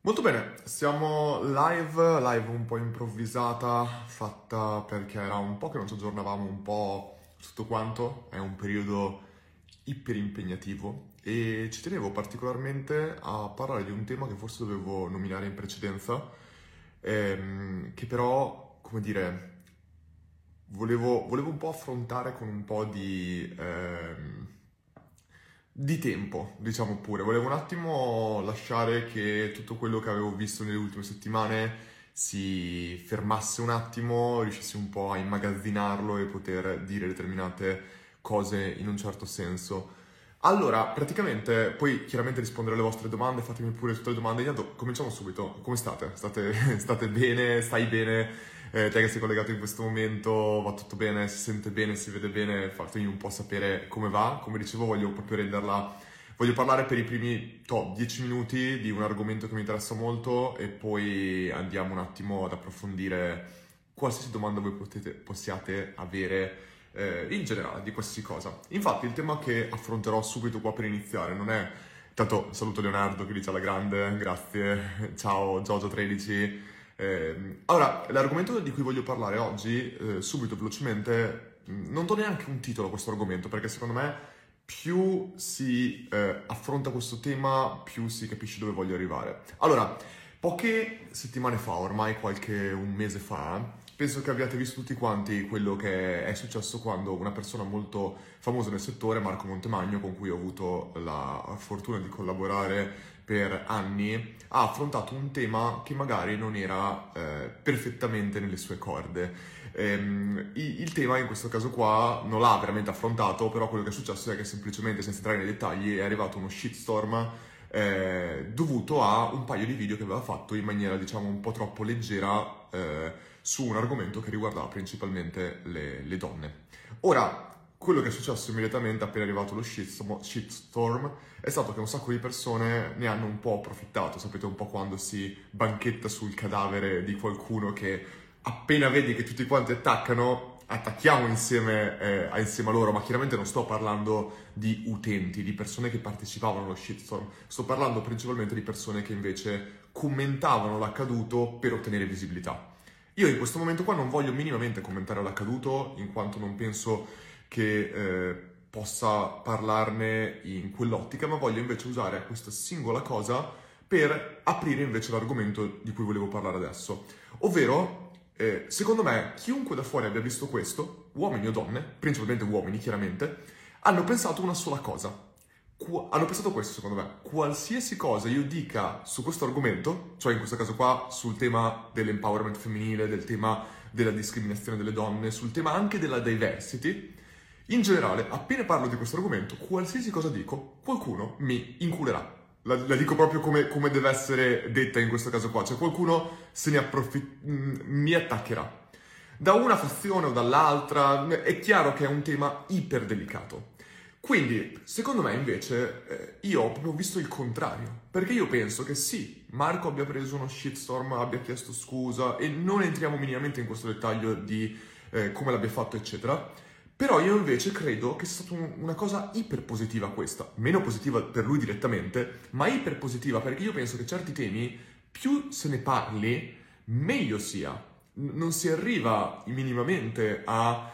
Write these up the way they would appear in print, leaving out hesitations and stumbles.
Molto bene, siamo live un po' improvvisata, fatta perché era un po' che non ci aggiornavamo un po' su tutto quanto, è un periodo iper impegnativo e ci tenevo particolarmente a parlare di un tema che forse dovevo nominare in precedenza, che però, come dire, volevo un po' affrontare con un po' di tempo, diciamo pure. Volevo un attimo lasciare che tutto quello che avevo visto nelle ultime settimane si fermasse un attimo, riuscissi un po' a immagazzinarlo e poter dire determinate cose in un certo senso. Allora, praticamente, poi chiaramente rispondere alle vostre domande, fatemi pure tutte le domande. Intanto, cominciamo subito. Come state? State bene? Stai bene? Te che sei collegato in questo momento, va tutto bene? Si sente bene? Si vede bene? Fatemi un po' sapere come va. Come dicevo, voglio proprio renderla... Voglio parlare per i primi 10 minuti di un argomento che mi interessa molto e poi andiamo un attimo ad approfondire qualsiasi domanda voi possiate avere in generale di qualsiasi cosa. Infatti il tema che affronterò subito qua per iniziare non è... Intanto saluto Leonardo che dice alla grande, grazie, ciao Giorgio13. Allora, l'argomento di cui voglio parlare oggi, subito velocemente, non do neanche un titolo a questo argomento perché secondo me più si affronta questo tema, più si capisce dove voglio arrivare. Allora, poche settimane fa, ormai un mese fa, penso che abbiate visto tutti quanti quello che è successo quando una persona molto famosa nel settore, Marco Montemagno, con cui ho avuto la fortuna di collaborare per anni, ha affrontato un tema che magari non era perfettamente nelle sue corde. Il tema in questo caso qua non l'ha veramente affrontato, però quello che è successo è che semplicemente, senza entrare nei dettagli, è arrivato uno shitstorm dovuto a un paio di video che aveva fatto in maniera, diciamo, un po' troppo leggera su un argomento che riguardava principalmente le donne. Ora, quello che è successo immediatamente appena arrivato lo shitstorm è stato che un sacco di persone ne hanno un po' approfittato. Sapete un po' quando si banchetta sul cadavere di qualcuno che appena vedi che tutti quanti attacchiamo insieme a loro, ma chiaramente non sto parlando di utenti, di persone che partecipavano allo shitstorm, sto parlando principalmente di persone che invece commentavano l'accaduto per ottenere visibilità. Io in questo momento qua non voglio minimamente commentare l'accaduto, in quanto non penso che possa parlarne in quell'ottica, ma voglio invece usare questa singola cosa per aprire invece l'argomento di cui volevo parlare adesso. Ovvero, secondo me, chiunque da fuori abbia visto questo, uomini o donne, principalmente uomini chiaramente, hanno pensato una sola cosa. Hanno pensato questo, secondo me. Qualsiasi cosa io dica su questo argomento, cioè in questo caso qua sul tema dell'empowerment femminile, del tema della discriminazione delle donne, sul tema anche della diversity, in generale, appena parlo di questo argomento, qualsiasi cosa dico, qualcuno mi inculerà. La dico proprio come deve essere detta in questo caso qua, cioè qualcuno mi attaccherà. Da una fazione o dall'altra, è chiaro che è un tema iper delicato. Quindi, secondo me invece, io ho proprio visto il contrario, perché io penso che sì, Marco abbia preso uno shitstorm, abbia chiesto scusa, e non entriamo minimamente in questo dettaglio di come l'abbia fatto, eccetera, però io invece credo che sia stata una cosa iper positiva questa, meno positiva per lui direttamente, ma iper positiva perché io penso che certi temi, più se ne parli, meglio sia. Non si arriva minimamente a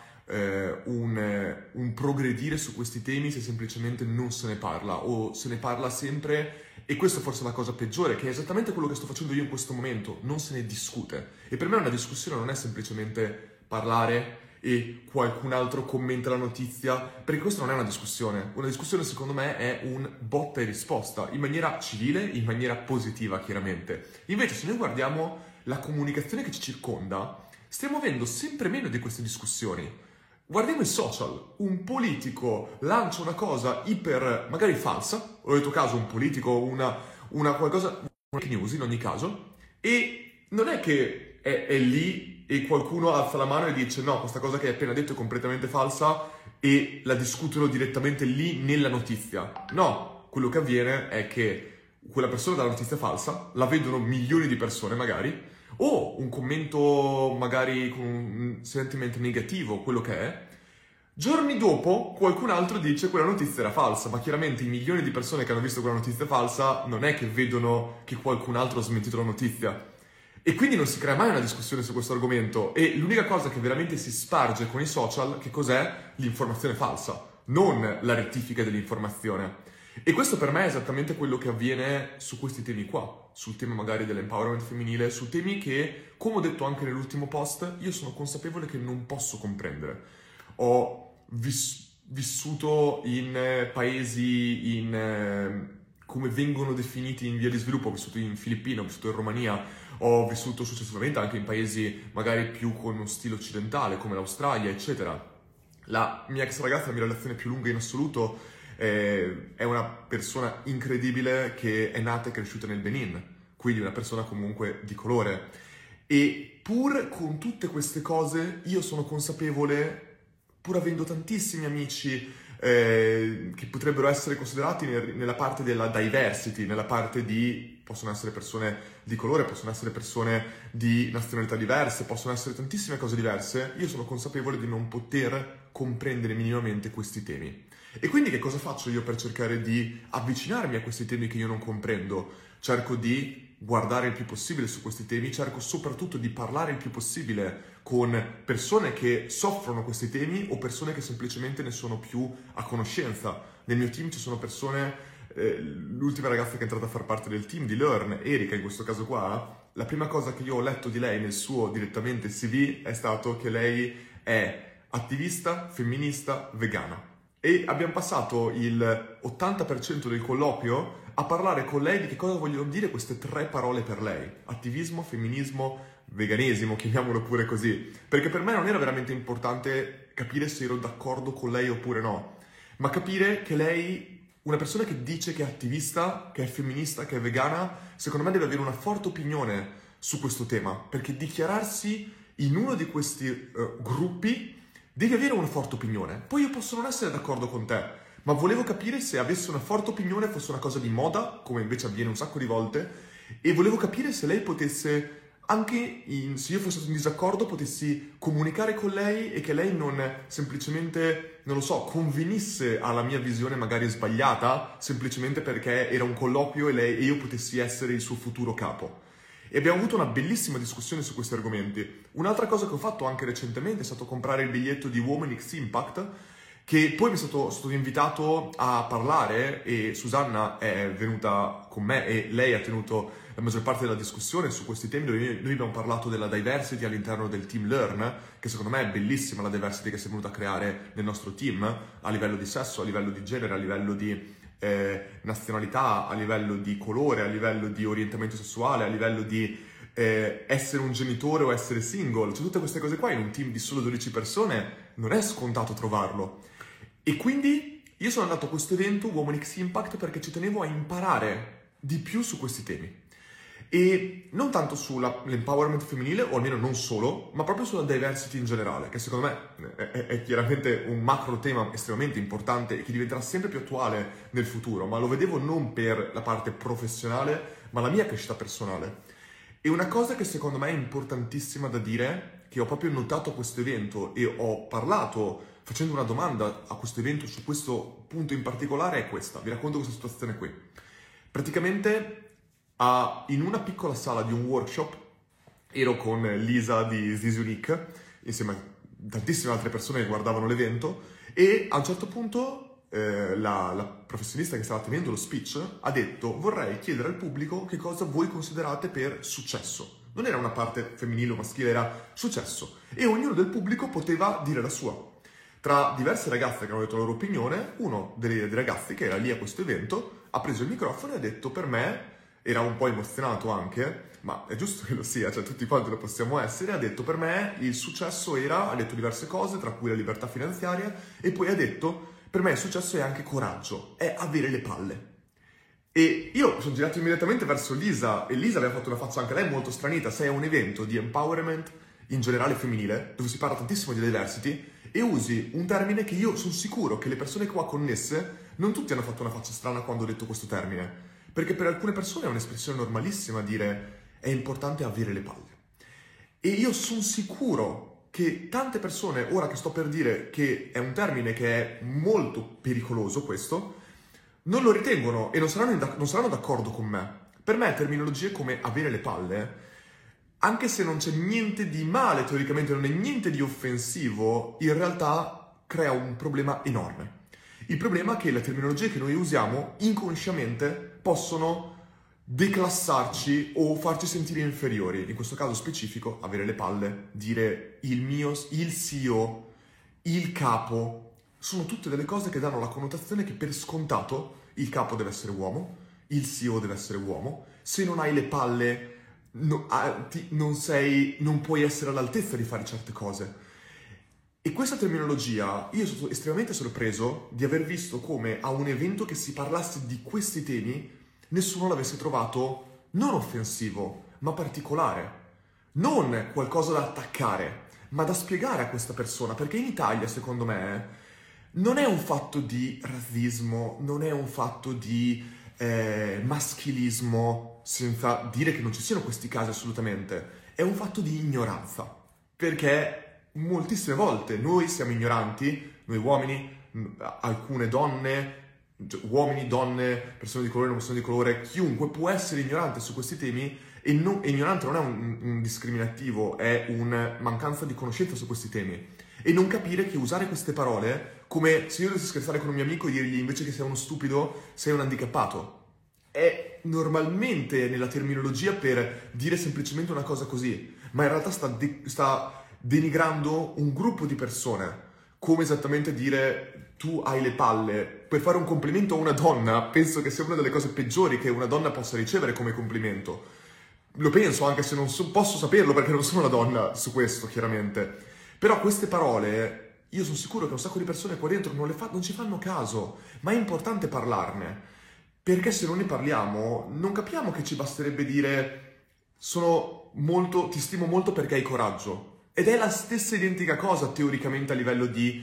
un progredire su questi temi se semplicemente non se ne parla o se ne parla sempre, e questa forse è la cosa peggiore, che è esattamente quello che sto facendo io in questo momento, non se ne discute. E per me una discussione non è semplicemente parlare e qualcun altro commenta la notizia, perché questa non è una discussione. Una discussione secondo me è un botta e risposta, in maniera civile, in maniera positiva chiaramente. Invece se noi guardiamo la comunicazione che ci circonda, stiamo avendo sempre meno di queste discussioni. Guardiamo i social, un politico lancia una cosa iper magari falsa, ho detto caso un politico, una qualcosa, una fake news in ogni caso, e non è che è lì e qualcuno alza la mano e dice no, questa cosa che hai appena detto è completamente falsa e la discutono direttamente lì nella notizia. No, quello che avviene è che quella persona dà la notizia falsa, la vedono milioni di persone magari, o un commento magari con un sentimento negativo, quello che è, Giorni dopo qualcun altro dice quella notizia era falsa, ma chiaramente i milioni di persone che hanno visto quella notizia falsa non è che vedono che qualcun altro ha smentito la notizia. E quindi non si crea mai una discussione su questo argomento e l'unica cosa che veramente si sparge con i social, che cos'è? L'informazione falsa, non la rettifica dell'informazione. E questo per me è esattamente quello che avviene su questi temi qua, sul tema magari dell'empowerment femminile, su temi che, come ho detto anche nell'ultimo post, io sono consapevole che non posso comprendere. Ho vissuto in paesi, come vengono definiti in via di sviluppo, ho vissuto in Filippine, ho vissuto in Romania, ho vissuto successivamente anche in paesi magari più con uno stile occidentale, come l'Australia, eccetera. La mia ex ragazza, la mia relazione più lunga in assoluto, è una persona incredibile che è nata e cresciuta nel Benin, quindi una persona comunque di colore. E pur con tutte queste cose, io sono consapevole, pur avendo tantissimi amici che potrebbero essere considerati nella parte della diversity, nella parte di possono essere persone di colore, possono essere persone di nazionalità diverse, possono essere tantissime cose diverse, io sono consapevole di non poter comprendere minimamente questi temi. E quindi che cosa faccio io per cercare di avvicinarmi a questi temi che io non comprendo? Cerco di guardare il più possibile su questi temi, cerco soprattutto di parlare il più possibile con persone che soffrono questi temi o persone che semplicemente ne sono più a conoscenza. Nel mio team ci sono persone, l'ultima ragazza che è entrata a far parte del team di Learn, Erika in questo caso qua, la prima cosa che io ho letto di lei nel suo direttamente CV è stato che lei è attivista, femminista, vegana. E abbiamo passato il 80% del colloquio a parlare con lei di che cosa vogliono dire queste 3 parole per lei. Attivismo, femminismo, veganesimo, chiamiamolo pure così. Perché per me non era veramente importante capire se ero d'accordo con lei oppure no, ma capire che lei, una persona che dice che è attivista, che è femminista, che è vegana, secondo me deve avere una forte opinione su questo tema, perché dichiararsi in uno di questi gruppi devi avere una forte opinione. Poi io posso non essere d'accordo con te, ma volevo capire se avesse una forte opinione fosse una cosa di moda, come invece avviene un sacco di volte, e volevo capire se lei potesse, anche se io fossi in disaccordo, potessi comunicare con lei e che lei non semplicemente, non lo so, convenisse alla mia visione magari sbagliata, semplicemente perché era un colloquio e io potessi essere il suo futuro capo. E abbiamo avuto una bellissima discussione su questi argomenti. Un'altra cosa che ho fatto anche recentemente è stato comprare il biglietto di Women X Impact, che poi mi è stato invitato a parlare e Susanna è venuta con me e lei ha tenuto la maggior parte della discussione su questi temi. Noi abbiamo parlato della diversity all'interno del team Learn, che secondo me è bellissima la diversity che si è venuta a creare nel nostro team, a livello di sesso, a livello di genere, a livello di nazionalità, a livello di colore, a livello di orientamento sessuale, a livello di essere un genitore o essere single. Cioè tutte queste cose qua in un team di solo 12 persone non è scontato trovarlo. E quindi io sono andato a questo evento Women X Impact perché ci tenevo a imparare di più su questi temi. E non tanto sull'empowerment femminile, o almeno non solo, ma proprio sulla diversity in generale, che secondo me è chiaramente un macro tema estremamente importante e che diventerà sempre più attuale nel futuro, ma lo vedevo non per la parte professionale, ma la mia crescita personale. E una cosa che secondo me è importantissima da dire, che ho proprio notato a questo evento e ho parlato facendo una domanda a questo evento su questo punto in particolare, è questa. Vi racconto questa situazione qui. Praticamente in una piccola sala di un workshop ero con Lisa di This Unique insieme a tantissime altre persone che guardavano l'evento e a un certo punto la professionista che stava tenendo lo speech ha detto: vorrei chiedere al pubblico che cosa voi considerate per successo. Non era una parte femminile o maschile, era successo, e ognuno del pubblico poteva dire la sua. Tra diverse ragazze che hanno detto la loro opinione, uno dei ragazzi che era lì a questo evento ha preso il microfono e ha detto: per me, era un po' emozionato anche, ma è giusto che lo sia, cioè tutti quanti lo possiamo essere, ha detto: per me il successo era, ha detto diverse cose, tra cui la libertà finanziaria, e poi ha detto: per me il successo è anche coraggio, è avere le palle. E io sono girato immediatamente verso Lisa, e Lisa aveva fatto una faccia anche lei molto stranita. Sei a un evento di empowerment in generale femminile, dove si parla tantissimo di diversity, e usi un termine che io sono sicuro che le persone qua connesse, non tutti hanno fatto una faccia strana quando ho detto questo termine. Perché per alcune persone è un'espressione normalissima dire è importante avere le palle. E io sono sicuro che tante persone, ora che sto per dire che è un termine che è molto pericoloso questo, non lo ritengono e non saranno d'accordo con me. Per me terminologie come avere le palle, anche se non c'è niente di male teoricamente, non è niente di offensivo, in realtà crea un problema enorme. Il problema è che le terminologie che noi usiamo inconsciamente possono declassarci o farci sentire inferiori. In questo caso specifico, avere le palle, dire il CEO, il capo, sono tutte delle cose che danno la connotazione che per scontato il capo deve essere uomo, il CEO deve essere uomo, se non hai le palle non puoi essere all'altezza di fare certe cose. E questa terminologia, io sono estremamente sorpreso di aver visto come a un evento che si parlasse di questi temi nessuno l'avesse trovato non offensivo, ma particolare. Non qualcosa da attaccare, ma da spiegare a questa persona, perché in Italia, secondo me, non è un fatto di razzismo, non è un fatto di maschilismo, senza dire che non ci siano questi casi assolutamente, è un fatto di ignoranza, perché moltissime volte noi siamo ignoranti, noi uomini, alcune donne, uomini, donne, persone di colore, non persone di colore, chiunque può essere ignorante su questi temi e ignorante non è un discriminativo, è una mancanza di conoscenza su questi temi. E non capire che usare queste parole, come se io dovessi scherzare con un mio amico e dirgli invece che sei uno stupido, sei un handicappato, è normalmente nella terminologia per dire semplicemente una cosa così, ma in realtà sta denigrando un gruppo di persone, come esattamente dire tu hai le palle. Per fare un complimento a una donna, penso che sia una delle cose peggiori che una donna possa ricevere come complimento. Lo penso, anche se non posso saperlo perché non sono una donna su questo, chiaramente. Però queste parole, io sono sicuro che un sacco di persone qua dentro non ci fanno caso, ma è importante parlarne. Perché se non ne parliamo, non capiamo che ci basterebbe dire ti stimo molto perché hai coraggio. Ed è la stessa identica cosa teoricamente a livello di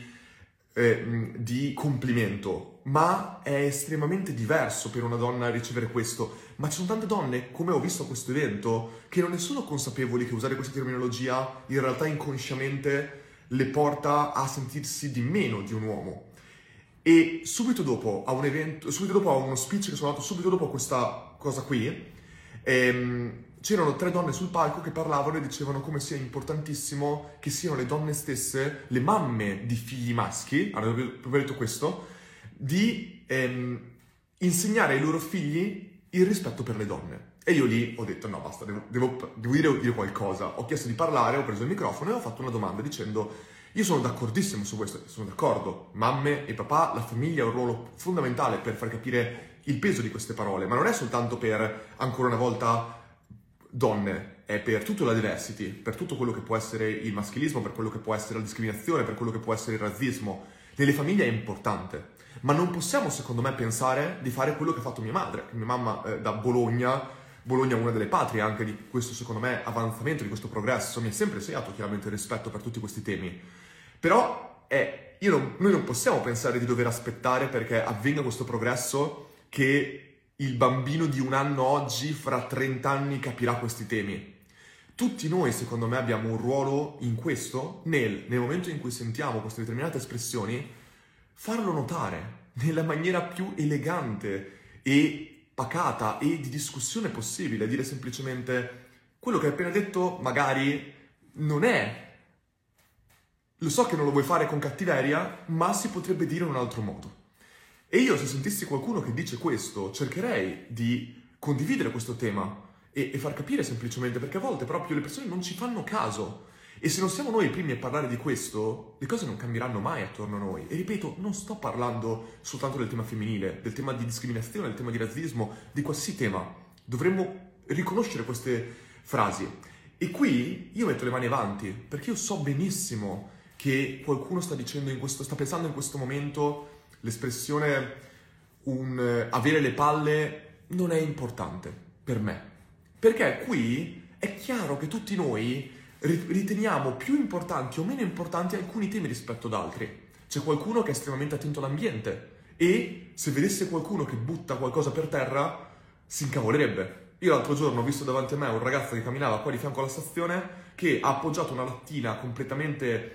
complimento, ma è estremamente diverso per una donna ricevere questo. Ma ci sono tante donne, come ho visto a questo evento, che non ne sono consapevoli che usare questa terminologia in realtà inconsciamente le porta a sentirsi di meno di un uomo. E subito dopo a uno speech che sono andato subito dopo questa cosa qui, c'erano 3 donne sul palco che parlavano e dicevano come sia importantissimo che siano le donne stesse, le mamme di figli maschi, hanno proprio detto questo, di insegnare ai loro figli il rispetto per le donne. E io lì ho detto no basta, devo dire qualcosa. Ho chiesto di parlare, ho preso il microfono e ho fatto una domanda dicendo io sono d'accordissimo su questo, sono d'accordo, mamme e papà, la famiglia ha un ruolo fondamentale per far capire il peso di queste parole, ma non è soltanto per, ancora una volta, donne, è per tutta la diversity, per tutto quello che può essere il maschilismo, per quello che può essere la discriminazione, per quello che può essere il razzismo. Nelle famiglie è importante, ma non possiamo, secondo me, pensare di fare quello che ha fatto mia madre. Mia mamma da Bologna è una delle patrie anche di questo, secondo me, avanzamento, di questo progresso, mi ha sempre insegnato chiaramente il rispetto per tutti questi temi. Però noi non possiamo pensare di dover aspettare perché avvenga questo progresso che il bambino di 1 anno oggi, fra 30 anni, capirà questi temi. Tutti noi, secondo me, abbiamo un ruolo in questo, nel momento in cui sentiamo queste determinate espressioni, farlo notare nella maniera più elegante e pacata e di discussione possibile. Dire semplicemente quello che hai appena detto magari non è... Lo so che non lo vuoi fare con cattiveria, ma si potrebbe dire in un altro modo. E io, se sentissi qualcuno che dice questo, cercherei di condividere questo tema e far capire semplicemente, perché a volte proprio le persone non ci fanno caso. E se non siamo noi i primi a parlare di questo, le cose non cambieranno mai attorno a noi. E ripeto, non sto parlando soltanto del tema femminile, del tema di discriminazione, del tema di razzismo, di qualsiasi tema. Dovremmo riconoscere queste frasi. E qui io metto le mani avanti, perché io so benissimo che qualcuno sta pensando in questo momento l'espressione avere le palle non è importante per me. Perché qui è chiaro che tutti noi riteniamo più importanti o meno importanti alcuni temi rispetto ad altri. C'è qualcuno che è estremamente attento all'ambiente e se vedesse qualcuno che butta qualcosa per terra si incavolerebbe. Io l'altro giorno ho visto davanti a me un ragazzo che camminava qua di fianco alla stazione che ha appoggiato una lattina completamente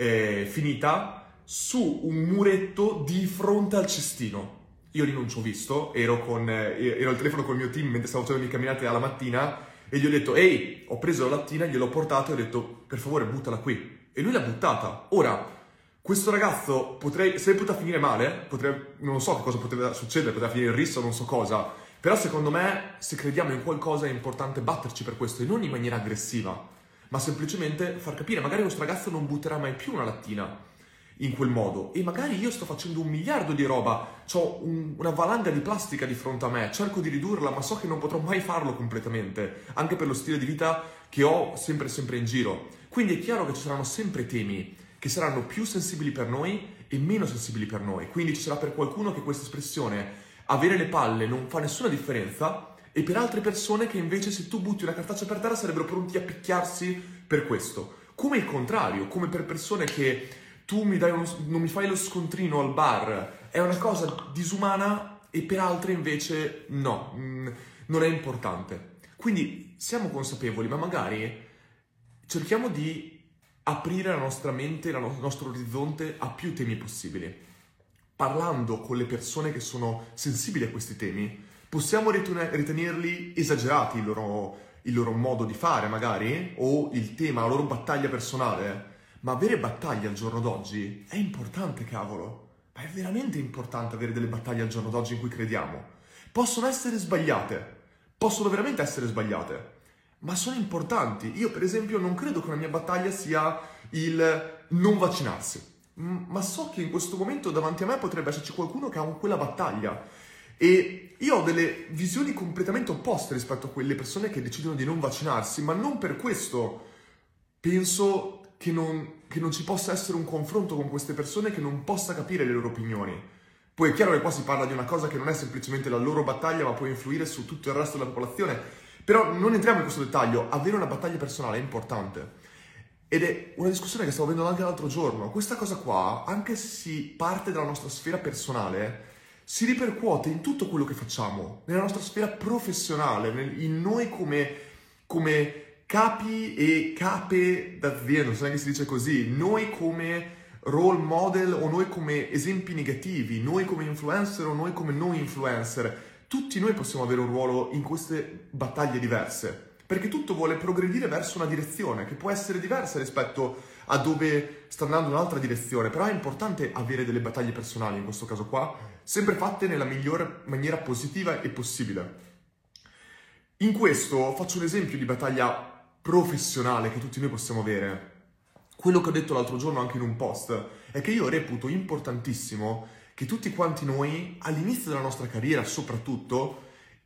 finita su un muretto di fronte al cestino. Io lì non ci ho visto, ero al telefono col mio team mentre stavo facendo le mie camminate alla mattina e gli ho detto ehi, ho preso la lattina, gliel'ho portata e ho detto per favore buttala qui. E lui l'ha buttata. Ora, questo ragazzo sarebbe potuta finire male, non so che cosa poteva succedere, poteva finire in rissa o non so cosa, però secondo me se crediamo in qualcosa è importante batterci per questo e non in maniera aggressiva, ma semplicemente far capire, magari questo ragazzo non butterà mai più una lattina in quel modo e magari io sto facendo 1 miliardo di roba, ho una valanga di plastica di fronte a me, cerco di ridurla ma so che non potrò mai farlo completamente, anche per lo stile di vita che ho sempre in giro. Quindi è chiaro che ci saranno sempre temi che saranno più sensibili per noi e meno sensibili per noi. Quindi ci sarà per qualcuno che questa espressione, avere le palle, non fa nessuna differenza, e per altre persone che invece se tu butti una cartaccia per terra sarebbero pronti a picchiarsi per questo. Come il contrario, come per persone che tu non mi fai lo scontrino al bar, è una cosa disumana e per altre invece no, non è importante. Quindi siamo consapevoli, ma magari cerchiamo di aprire la nostra mente, il nostro orizzonte a più temi possibili. Parlando con le persone che sono sensibili a questi temi, possiamo ritenerli esagerati il loro modo di fare magari, o il tema, la loro battaglia personale, ma avere battaglie al giorno d'oggi è importante, cavolo. Ma è veramente importante avere delle battaglie al giorno d'oggi in cui crediamo. Possono essere sbagliate, possono veramente essere sbagliate, ma sono importanti. Io per esempio non credo che una mia battaglia sia il non vaccinarsi, ma so che in questo momento davanti a me potrebbe esserci qualcuno che ha quella battaglia e io ho delle visioni completamente opposte rispetto a quelle persone che decidono di non vaccinarsi, ma non per questo penso che non ci possa essere un confronto con queste persone, che non possa capire le loro opinioni. Poi è chiaro che qua si parla di una cosa che non è semplicemente la loro battaglia, ma può influire su tutto il resto della popolazione. Però non entriamo in questo dettaglio, avere una battaglia personale è importante. Ed è una discussione che stavo avendo anche l'altro giorno. Questa cosa qua, anche se si parte dalla nostra sfera personale, si ripercuote in tutto quello che facciamo, nella nostra sfera professionale, in noi come capi e cape d'azienda, non so neanche si dice così, noi come role model o noi come esempi negativi, noi come influencer o noi come non influencer. Tutti noi possiamo avere un ruolo in queste battaglie diverse, perché tutto vuole progredire verso una direzione che può essere diversa rispetto a dove sta andando un'altra direzione, però è importante avere delle battaglie personali in questo caso qua, sempre fatte nella migliore maniera positiva e possibile. In questo faccio un esempio di battaglia professionale che tutti noi possiamo avere. Quello che ho detto l'altro giorno anche in un post è che io reputo importantissimo che tutti quanti noi, all'inizio della nostra carriera soprattutto,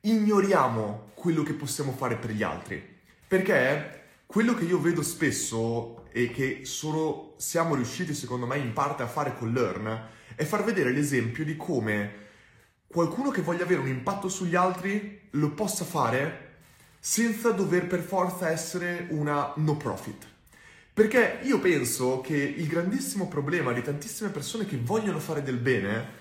ignoriamo quello che possiamo fare per gli altri. Perché quello che io vedo spesso e che siamo riusciti secondo me in parte a fare con Learn è far vedere l'esempio di come qualcuno che voglia avere un impatto sugli altri lo possa fare senza dover per forza essere una no profit. Perché io penso che il grandissimo problema di tantissime persone che vogliono fare del bene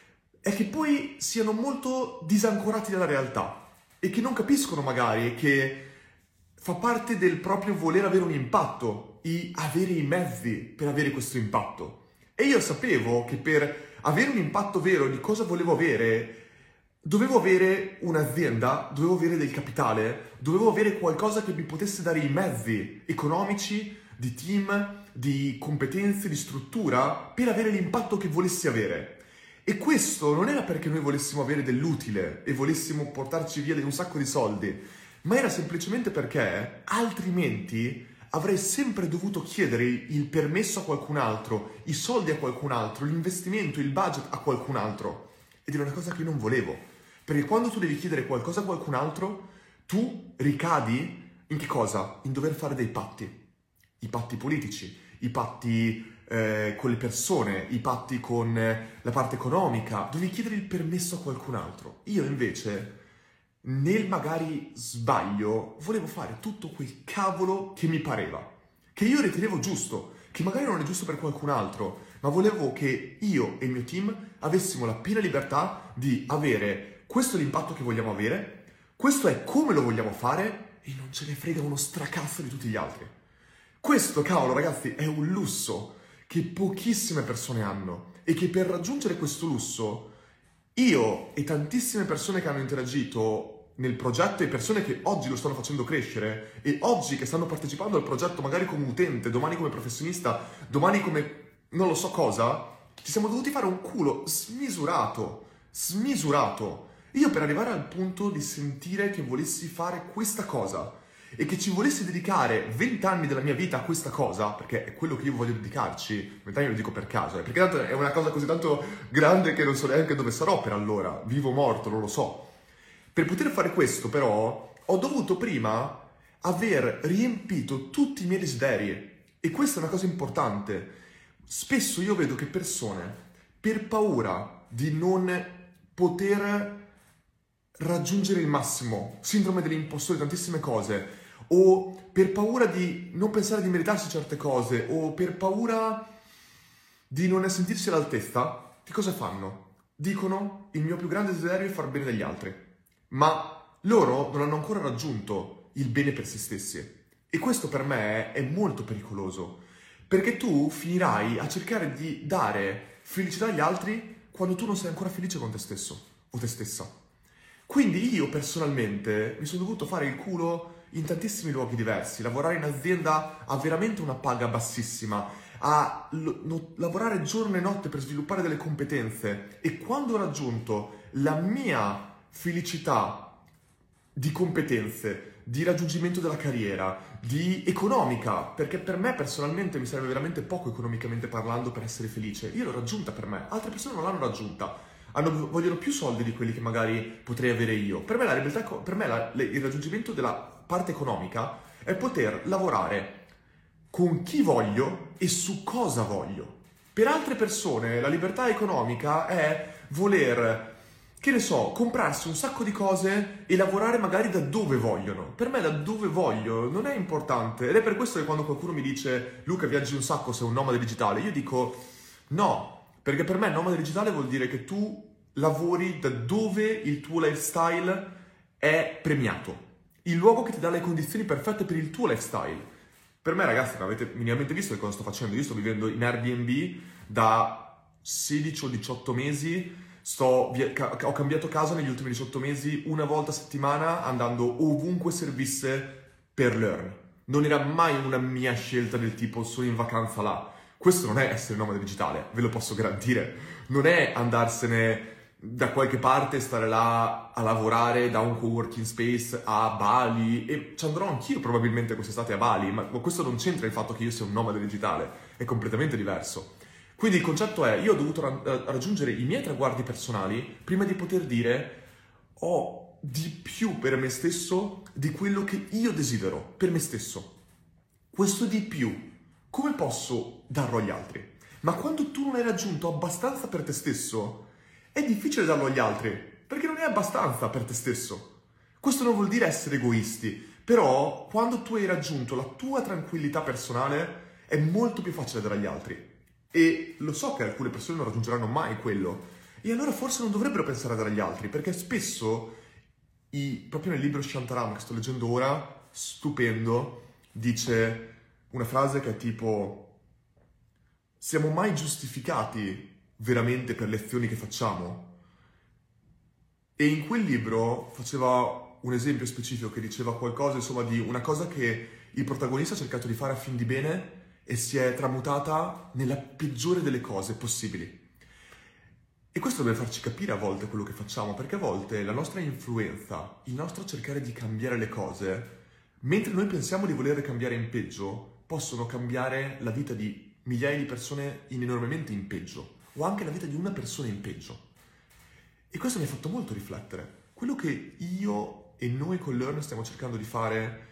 è che poi siano molto disancorati dalla realtà e che non capiscono magari che fa parte del proprio voler avere un impatto, avere i mezzi per avere questo impatto. E io sapevo che per avere un impatto vero di cosa volevo avere, dovevo avere un'azienda, dovevo avere del capitale, dovevo avere qualcosa che mi potesse dare i mezzi economici, di team, di competenze, di struttura per avere l'impatto che volessi avere. E questo non era perché noi volessimo avere dell'utile e volessimo portarci via un sacco di soldi, ma era semplicemente perché altrimenti avrei sempre dovuto chiedere il permesso a qualcun altro, i soldi a qualcun altro, l'investimento, il budget a qualcun altro. Ed era una cosa che non volevo, perché quando tu devi chiedere qualcosa a qualcun altro, tu ricadi in che cosa? In dover fare dei patti. I patti politici, i patti con le persone, i patti con la parte economica, devi chiedere il permesso a qualcun altro. Io invece, nel magari sbaglio, volevo fare tutto quel cavolo che mi pareva, che io ritenevo giusto, che magari non è giusto per qualcun altro, ma volevo che io e il mio team avessimo la piena libertà di avere questo è l'impatto che vogliamo avere, Questo è come lo vogliamo fare e non ce ne frega uno stracazzo di tutti gli altri. Questo, cavolo, ragazzi, è un lusso che pochissime persone hanno e che per raggiungere questo lusso io e tantissime persone che hanno interagito nel progetto e persone che oggi lo stanno facendo crescere e oggi che stanno partecipando al progetto magari come utente, domani come professionista, domani come non lo so cosa, ci siamo dovuti fare un culo smisurato. Io per arrivare al punto di sentire che volessi fare questa cosa e che ci volessi dedicare 20 anni della mia vita a questa cosa, perché è quello che io voglio dedicarci, 20 anni lo dico per caso, perché tanto è una cosa così tanto grande che non so neanche dove sarò per allora, vivo o morto, non lo so. Per poter fare questo però ho dovuto prima aver riempito tutti i miei desideri e questa è una cosa importante. Spesso io vedo che persone, per paura di non poter raggiungere il massimo, sindrome dell'impostore, tantissime cose, o per paura di non pensare di meritarsi certe cose, o per paura di non sentirsi all'altezza, che cosa fanno? Dicono: il mio più grande desiderio è far bene degli altri, ma loro non hanno ancora raggiunto il bene per se stessi. E questo per me è molto pericoloso, perché tu finirai a cercare di dare felicità agli altri quando tu non sei ancora felice con te stesso o te stessa. Quindi io personalmente mi sono dovuto fare il culo in tantissimi luoghi diversi, lavorare in azienda a veramente una paga bassissima, lavorare giorno e notte per sviluppare delle competenze e quando ho raggiunto la mia felicità di competenze, di raggiungimento della carriera, di economica, perché per me personalmente mi serve veramente poco economicamente parlando per essere felice, io l'ho raggiunta per me, altre persone non l'hanno raggiunta. Vogliono più soldi di quelli che magari potrei avere io. Per me, il raggiungimento della parte economica è poter lavorare con chi voglio e su cosa voglio. Per altre persone la libertà economica è voler, che ne so, comprarsi un sacco di cose e lavorare magari da dove vogliono. Per me da dove voglio non è importante ed è per questo che quando qualcuno mi dice Luca viaggi un sacco, sei un nomade digitale, io dico no. Perché per me il nomade digitale vuol dire che tu lavori da dove il tuo lifestyle è premiato. Il luogo che ti dà le condizioni perfette per il tuo lifestyle. Per me, ragazzi, non avete minimamente visto che cosa sto facendo. Io sto vivendo in Airbnb da 16 o 18 mesi. Ho cambiato casa negli ultimi 18 mesi una volta a settimana andando ovunque servisse per Learn. Non era mai una mia scelta del tipo sono in vacanza là. Questo non è essere nomade digitale, ve lo posso garantire. Non è andarsene da qualche parte e stare là a lavorare da un coworking space a Bali, e ci andrò anch'io probabilmente quest'estate a Bali, ma questo non c'entra il fatto che io sia un nomade digitale, è completamente diverso. Quindi il concetto è, io ho dovuto raggiungere i miei traguardi personali prima di poter dire ho di più per me stesso di quello che io desidero per me stesso. Questo di più come posso darlo agli altri? Ma quando tu non hai raggiunto abbastanza per te stesso, è difficile darlo agli altri, perché non è abbastanza per te stesso. Questo non vuol dire essere egoisti, però quando tu hai raggiunto la tua tranquillità personale, è molto più facile dare agli altri. E lo so che alcune persone non raggiungeranno mai quello, e allora forse non dovrebbero pensare a dare agli altri, perché spesso, proprio nel libro Shantaram che sto leggendo ora, stupendo, dice una frase che è tipo: siamo mai giustificati veramente per le azioni che facciamo? E in quel libro faceva un esempio specifico che diceva qualcosa, insomma, di una cosa che il protagonista ha cercato di fare a fin di bene e si è tramutata nella peggiore delle cose possibili. E questo deve farci capire a volte quello che facciamo, perché a volte la nostra influenza, il nostro cercare di cambiare le cose, mentre noi pensiamo di voler cambiare in peggio, possono cambiare la vita di migliaia di persone enormemente in peggio, o anche la vita di una persona in peggio. E questo mi ha fatto molto riflettere. Quello che io e noi con Learn stiamo cercando di fare,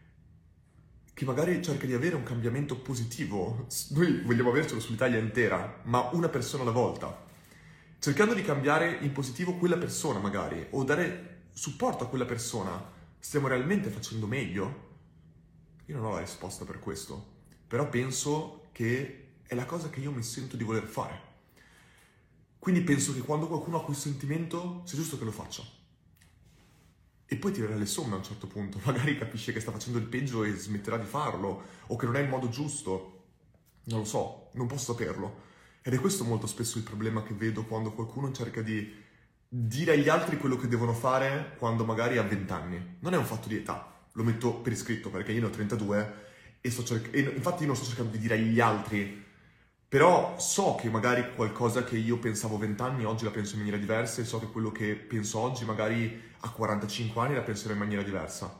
che magari cerca di avere un cambiamento positivo, noi vogliamo avercelo sull'Italia intera, ma una persona alla volta, cercando di cambiare in positivo quella persona magari, o dare supporto a quella persona, stiamo realmente facendo meglio? Io non ho la risposta per questo, però penso che è la cosa che io mi sento di voler fare. Quindi penso che quando qualcuno ha quel sentimento sia giusto che lo faccia. e poi tirerà le somme a un certo punto. Magari capisce che sta facendo il peggio e smetterà di farlo, o che non è il modo giusto. Non lo so, non posso saperlo. Ed è questo molto spesso il problema che vedo quando qualcuno cerca di dire agli altri quello che devono fare quando magari ha 20 anni. Non è un fatto di età, lo metto per iscritto perché io ne ho 32 e infatti io non sto cercando di dire agli altri, però so che magari qualcosa che io pensavo a 20 anni oggi la penso in maniera diversa e so che quello che penso oggi magari a 45 anni la penserò in maniera diversa.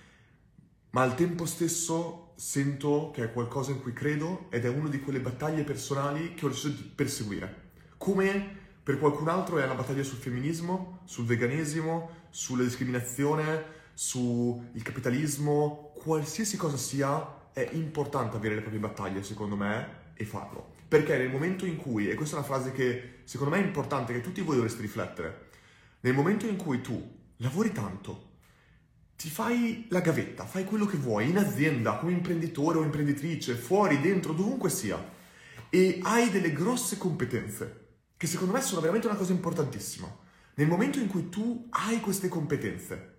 Ma al tempo stesso sento che è qualcosa in cui credo ed è una di quelle battaglie personali che ho deciso di perseguire. Come per qualcun altro è una battaglia sul femminismo, sul veganesimo, sulla discriminazione, sul capitalismo, qualsiasi cosa sia, è importante avere le proprie battaglie, secondo me, e farlo. Perché nel momento in cui, e questa è una frase che secondo me è importante, che tutti voi dovreste riflettere, nel momento in cui tu lavori tanto, ti fai la gavetta, fai quello che vuoi, in azienda, come imprenditore o imprenditrice, fuori, dentro, dovunque sia, e hai delle grosse competenze, che secondo me sono veramente una cosa importantissima. Nel momento in cui tu hai queste competenze,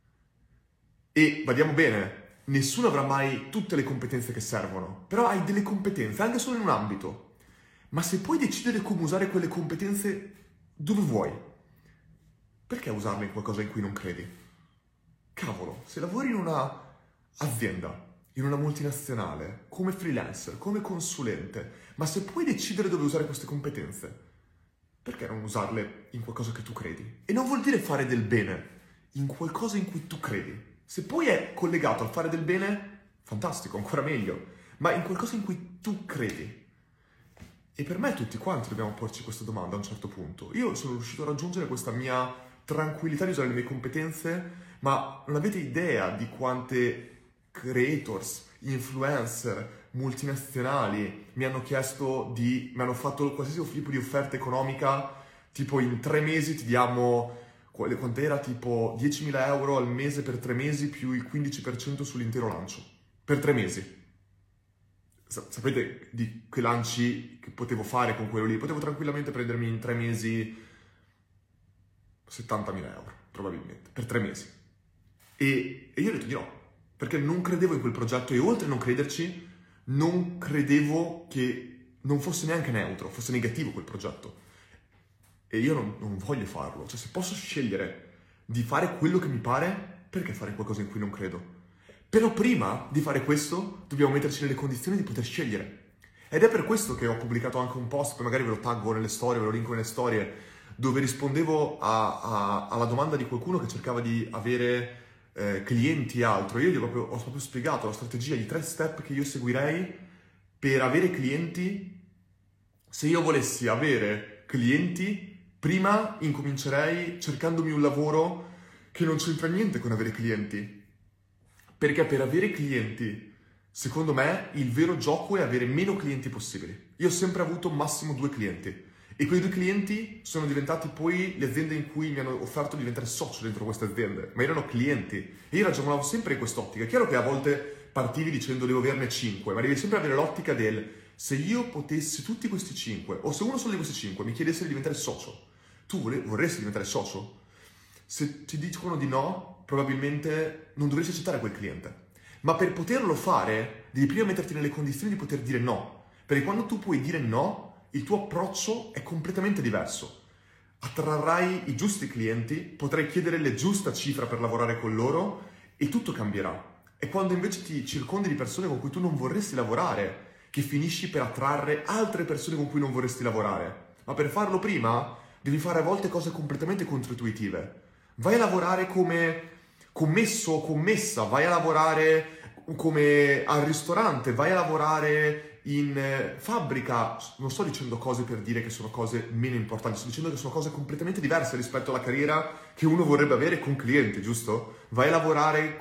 e badiamo bene, nessuno avrà mai tutte le competenze che servono, però hai delle competenze, anche solo in un ambito, ma se puoi decidere come usare quelle competenze dove vuoi, perché usarle in qualcosa in cui non credi? Cavolo, se lavori in una azienda, in una multinazionale, come freelancer, come consulente, ma se puoi decidere dove usare queste competenze, perché non usarle in qualcosa che tu credi? E non vuol dire fare del bene, in qualcosa in cui tu credi. Se poi è collegato al fare del bene, fantastico, ancora meglio, ma in qualcosa in cui tu credi. E per me tutti quanti dobbiamo porci questa domanda a un certo punto. Io sono riuscito a raggiungere questa mia tranquillità di usare le mie competenze, ma non avete idea di quante creators, influencer, multinazionali mi hanno fatto qualsiasi tipo di offerta economica, tipo in 3 mesi ti diamo, quanto era? Tipo 10.000 euro al mese per 3 mesi più il 15% sull'intero lancio. Per 3 mesi. Sapete di che lanci che potevo fare con quello lì? Potevo tranquillamente prendermi in 3 mesi 70.000 euro, probabilmente, per 3 mesi. E io ho detto di no, perché non credevo in quel progetto e oltre a non crederci, non credevo che non fosse neanche neutro, fosse negativo quel progetto. E io non voglio farlo. Cioè, se posso scegliere di fare quello che mi pare, perché fare qualcosa in cui non credo? Però prima di fare questo, dobbiamo metterci nelle condizioni di poter scegliere. Ed è per questo che ho pubblicato anche un post, poi magari ve lo taggo nelle storie, ve lo linko nelle storie, dove rispondevo alla domanda di qualcuno che cercava di avere clienti e altro. Io ho proprio spiegato la strategia di 3 step che io seguirei per avere clienti. Se io volessi avere clienti, prima incomincerei cercandomi un lavoro che non c'entra niente con avere clienti. Perché per avere clienti, secondo me, il vero gioco è avere meno clienti possibili. Io ho sempre avuto massimo 2 clienti. E quei 2 clienti sono diventati poi le aziende in cui mi hanno offerto di diventare socio dentro queste aziende, ma erano clienti. E io ragionavo sempre in quest'ottica. È chiaro che a volte partivi dicendo devo averne 5, ma devi sempre avere l'ottica del se io potessi tutti questi 5, o se uno solo di questi 5 mi chiedesse di diventare socio, tu vorresti diventare socio? Se ti dicono di no, probabilmente non dovresti accettare quel cliente. Ma per poterlo fare, devi prima metterti nelle condizioni di poter dire no. Perché quando tu puoi dire no, il tuo approccio è completamente diverso. Attrarrai i giusti clienti, potrai chiedere la giusta cifra per lavorare con loro e tutto cambierà. E quando invece ti circondi di persone con cui tu non vorresti lavorare, che finisci per attrarre altre persone con cui non vorresti lavorare. Ma per farlo prima, devi fare a volte cose completamente controintuitive. Vai a lavorare come commesso o commessa, vai a lavorare come al ristorante, vai a lavorare in fabbrica. Non sto dicendo cose per dire che sono cose meno importanti, sto dicendo che sono cose completamente diverse rispetto alla carriera che uno vorrebbe avere con clienti, giusto? Vai a lavorare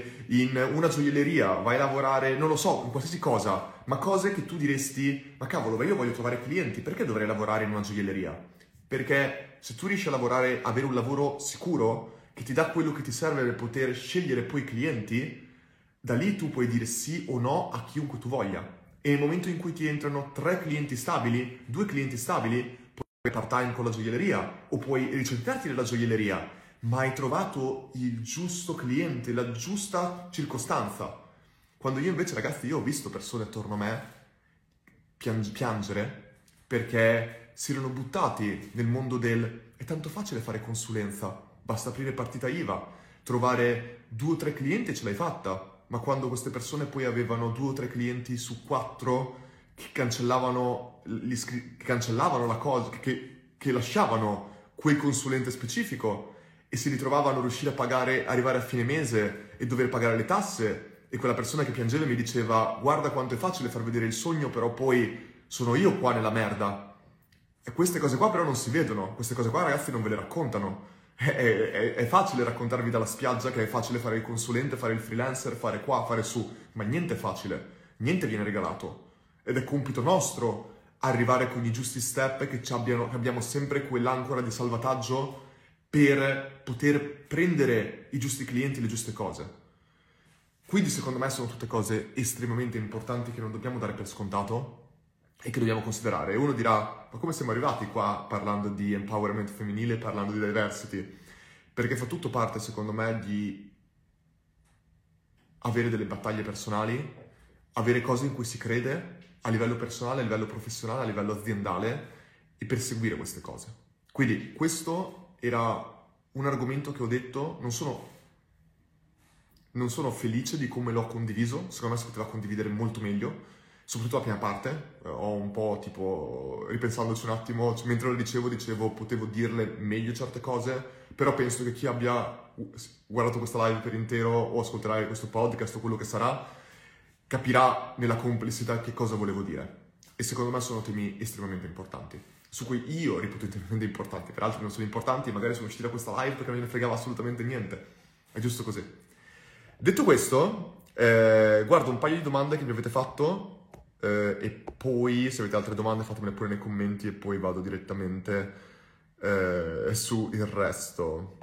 in una gioielleria, vai a lavorare, non lo so, in qualsiasi cosa, ma cose che tu diresti, ma cavolo, ma io voglio trovare clienti, perché dovrei lavorare in una gioielleria? Perché se tu riesci a lavorare, avere un lavoro sicuro, che ti dà quello che ti serve per poter scegliere poi i clienti, da lì tu puoi dire sì o no a chiunque tu voglia. E nel momento in cui ti entrano 3 clienti stabili, 2 clienti stabili, puoi fare part-time con la gioielleria o puoi ricentrarti nella gioielleria. ma hai trovato il giusto cliente, la giusta circostanza. Quando io invece, ragazzi, io ho visto persone attorno a me piangere perché si erano buttati nel mondo è tanto facile fare consulenza, basta aprire partita IVA, trovare 2 o 3 clienti e ce l'hai fatta, ma quando queste persone poi avevano 2 o 3 clienti su 4 che cancellavano la cosa, che lasciavano quel consulente specifico e si ritrovavano a riuscire a pagare, arrivare a fine mese e dover pagare le tasse, e quella persona che piangeva mi diceva guarda quanto è facile far vedere il sogno, però poi sono io qua nella merda. E queste cose qua però non si vedono, queste cose qua ragazzi non ve le raccontano. È facile raccontarvi dalla spiaggia che è facile fare il consulente, fare il freelancer, fare qua, fare su, ma niente è facile, niente viene regalato. Ed è compito nostro arrivare con i giusti step che abbiamo sempre quell'ancora di salvataggio per poter prendere i giusti clienti, le giuste cose. Quindi secondo me sono tutte cose estremamente importanti che non dobbiamo dare per scontato e che dobbiamo considerare. E uno dirà, ma come siamo arrivati qua parlando di empowerment femminile, parlando di diversity? Perché fa tutto parte, secondo me, di avere delle battaglie personali, avere cose in cui si crede a livello personale, a livello professionale, a livello aziendale e perseguire queste cose. Quindi questo era un argomento che ho detto, non sono felice di come l'ho condiviso, secondo me si poteva condividere molto meglio, soprattutto la prima parte. Ho un po' tipo, ripensandoci un attimo, mentre lo dicevo potevo dirle meglio certe cose, però penso che chi abbia guardato questa live per intero o ascolterà questo podcast o quello che sarà, capirà nella complessità che cosa volevo dire. E secondo me sono temi estremamente importanti, su cui io reputo estremamente importanti, per altri non sono importanti, magari sono usciti da questa live perché non me ne fregava assolutamente niente, è giusto così. Detto questo, guardo un paio di domande che mi avete fatto e poi se avete altre domande fatemele pure nei commenti e poi vado direttamente su il resto.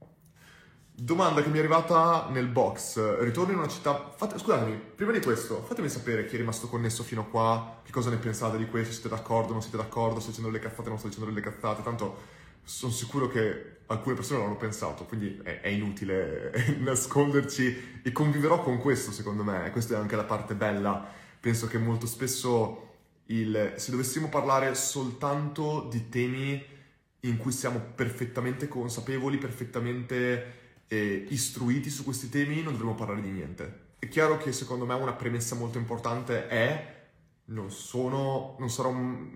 Domanda che mi è arrivata nel box: ritorno in una città... Scusatemi, prima di questo, fatemi sapere chi è rimasto connesso fino a qua, che cosa ne pensate di questo, se siete d'accordo, non siete d'accordo, sto dicendo delle cazzate, non sto dicendo delle cazzate, tanto sono sicuro che alcune persone non hanno pensato, quindi è inutile nasconderci e conviverò con questo, secondo me. Questa è anche la parte bella. Penso che molto spesso se dovessimo parlare soltanto di temi in cui siamo perfettamente consapevoli, perfettamente istruiti su questi temi, non dovremmo parlare di niente. È chiaro che secondo me una premessa molto importante è non sarò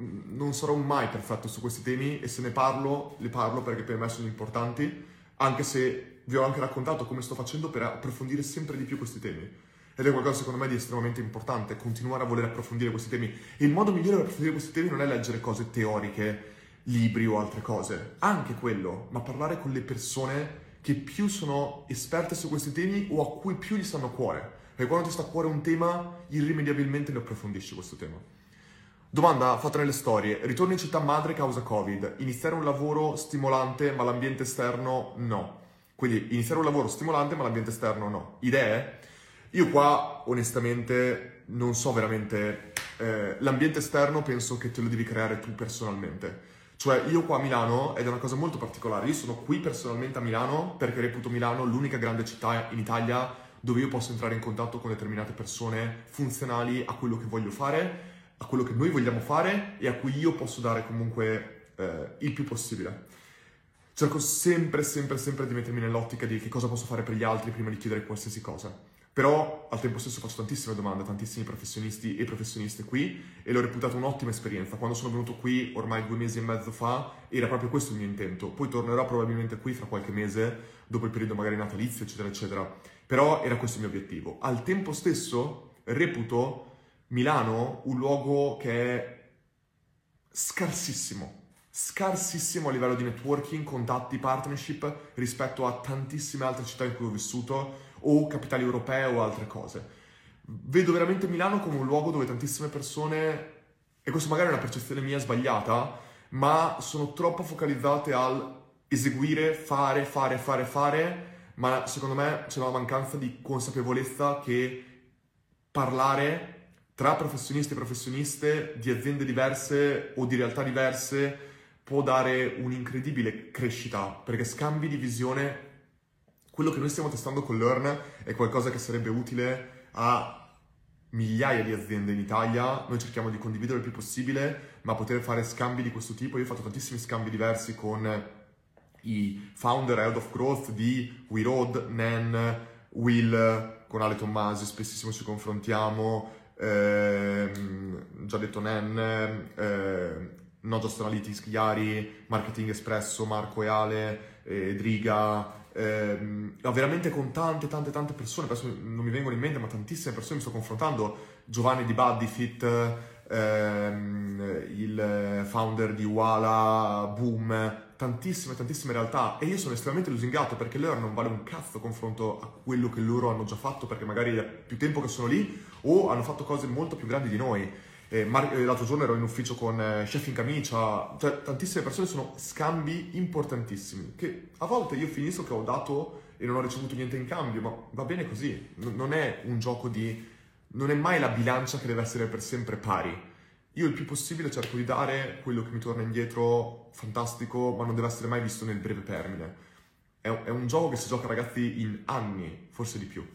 mai perfetto su questi temi, e se ne parlo perché per me sono importanti, anche se vi ho anche raccontato come sto facendo per approfondire sempre di più questi temi. Ed è qualcosa secondo me di estremamente importante, continuare a voler approfondire questi temi. E il modo migliore per approfondire questi temi non è leggere cose teoriche, libri o altre cose, anche quello, ma parlare con le persone che più sono esperte su questi temi o a cui più gli stanno a cuore. Perché quando ti sta a cuore un tema, irrimediabilmente ne approfondisci questo tema. Domanda fatta nelle storie: ritorno in città madre causa Covid, iniziare un lavoro stimolante ma l'ambiente esterno no. Quindi iniziare un lavoro stimolante ma l'ambiente esterno no. Idee? Io qua onestamente non so veramente, l'ambiente esterno penso che te lo devi creare tu personalmente. Cioè io qua a Milano, ed è una cosa molto particolare, io sono qui personalmente a Milano perché reputo Milano l'unica grande città in Italia dove io posso entrare in contatto con determinate persone funzionali a quello che voglio fare, a quello che noi vogliamo fare e a cui io posso dare comunque il più possibile. Cerco sempre di mettermi nell'ottica di che cosa posso fare per gli altri prima di chiedere qualsiasi cosa. Però al tempo stesso faccio tantissime domande a tantissimi professionisti e professioniste qui e l'ho reputato un'ottima esperienza. Quando sono venuto qui ormai 2 mesi e mezzo fa era proprio questo il mio intento. Poi tornerò probabilmente qui fra qualche mese, dopo il periodo magari natalizio, eccetera, eccetera. Però era questo il mio obiettivo. Al tempo stesso reputo Milano un luogo che è scarsissimo a livello di networking, contatti, partnership rispetto a tantissime altre città in cui ho vissuto o capitali europee o altre cose. Vedo veramente Milano come un luogo dove tantissime persone, e questo magari è una percezione mia sbagliata, ma sono troppo focalizzate al eseguire, fare, ma secondo me c'è una mancanza di consapevolezza che parlare tra professionisti e professioniste di aziende diverse o di realtà diverse può dare un'incredibile crescita, perché scambi di visione. Quello che noi stiamo testando con Learn è qualcosa che sarebbe utile a migliaia di aziende in Italia. Noi cerchiamo di condividere il più possibile, ma poter fare scambi di questo tipo. Io ho fatto tantissimi scambi diversi con i founder Head of Growth di We Road, Nen, Will, con Ale Tommasi spessissimo ci confrontiamo, già detto Nen, No Just Analytics, Chiari, Marketing Espresso, Marco e Ale, Driga, veramente con tante persone, adesso non mi vengono in mente, ma tantissime persone mi sto confrontando. Giovanni di Buddifit, il founder di Wala, Boom, tantissime realtà, e io sono estremamente lusingato perché Learn non vale un cazzo confronto a quello che loro hanno già fatto, perché magari è più tempo che sono lì o hanno fatto cose molto più grandi di noi. L'altro giorno ero in ufficio con Chef in Camicia, cioè tantissime persone, sono scambi importantissimi che a volte io finisco che ho dato e non ho ricevuto niente in cambio, ma va bene così, non è un gioco non è mai la bilancia che deve essere per sempre pari. Io il più possibile cerco di dare quello che mi torna indietro, fantastico, ma non deve essere mai visto nel breve termine. È un gioco che si gioca, ragazzi, in anni, forse di più.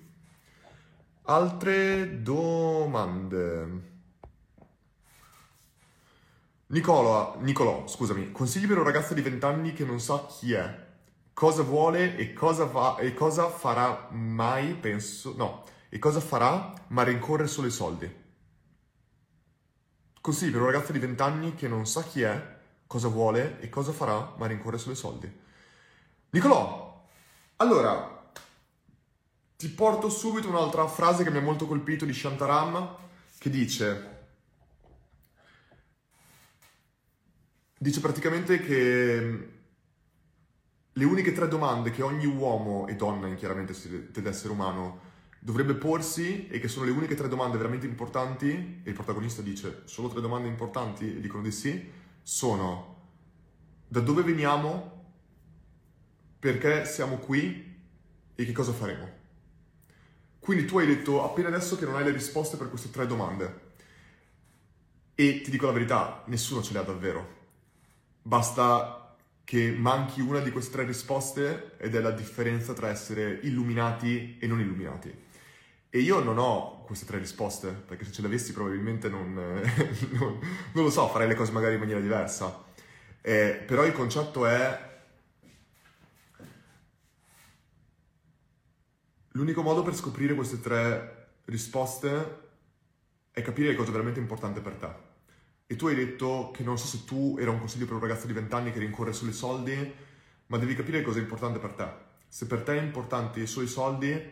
Altre domande? Nicolò, scusami, consigli per un ragazzo di 20 anni che non sa chi è, cosa vuole e cosa farà mai, penso, no, e cosa farà, ma rincorre solo i soldi. Consigli per un ragazzo di 20 anni che non sa chi è, cosa vuole e cosa farà, ma rincorre solo i soldi. Nicolò, allora, ti porto subito un'altra frase che mi ha molto colpito di Shantaram, che dice praticamente che le uniche 3 domande che ogni uomo e donna, chiaramente dell'essere umano, dovrebbe porsi, e che sono le uniche 3 domande veramente importanti, e il protagonista dice solo 3 domande importanti, e dicono di sì, sono: da dove veniamo, perché siamo qui e che cosa faremo. Quindi tu hai detto appena adesso che non hai le risposte per queste 3 domande, e ti dico la verità, nessuno ce le ha davvero. Basta che manchi una di queste 3 risposte ed è la differenza tra essere illuminati e non illuminati. E io non ho queste 3 risposte, perché se ce le avessi probabilmente non lo so, farei le cose magari in maniera diversa. Però il concetto è: l'unico modo per scoprire queste 3 risposte è capire cosa è veramente importante per te. E tu hai detto che non so se tu era un consiglio per un ragazzo di 20 anni che rincorre solo i soldi, ma devi capire cosa è importante per te. Se per te è importante solo i soldi,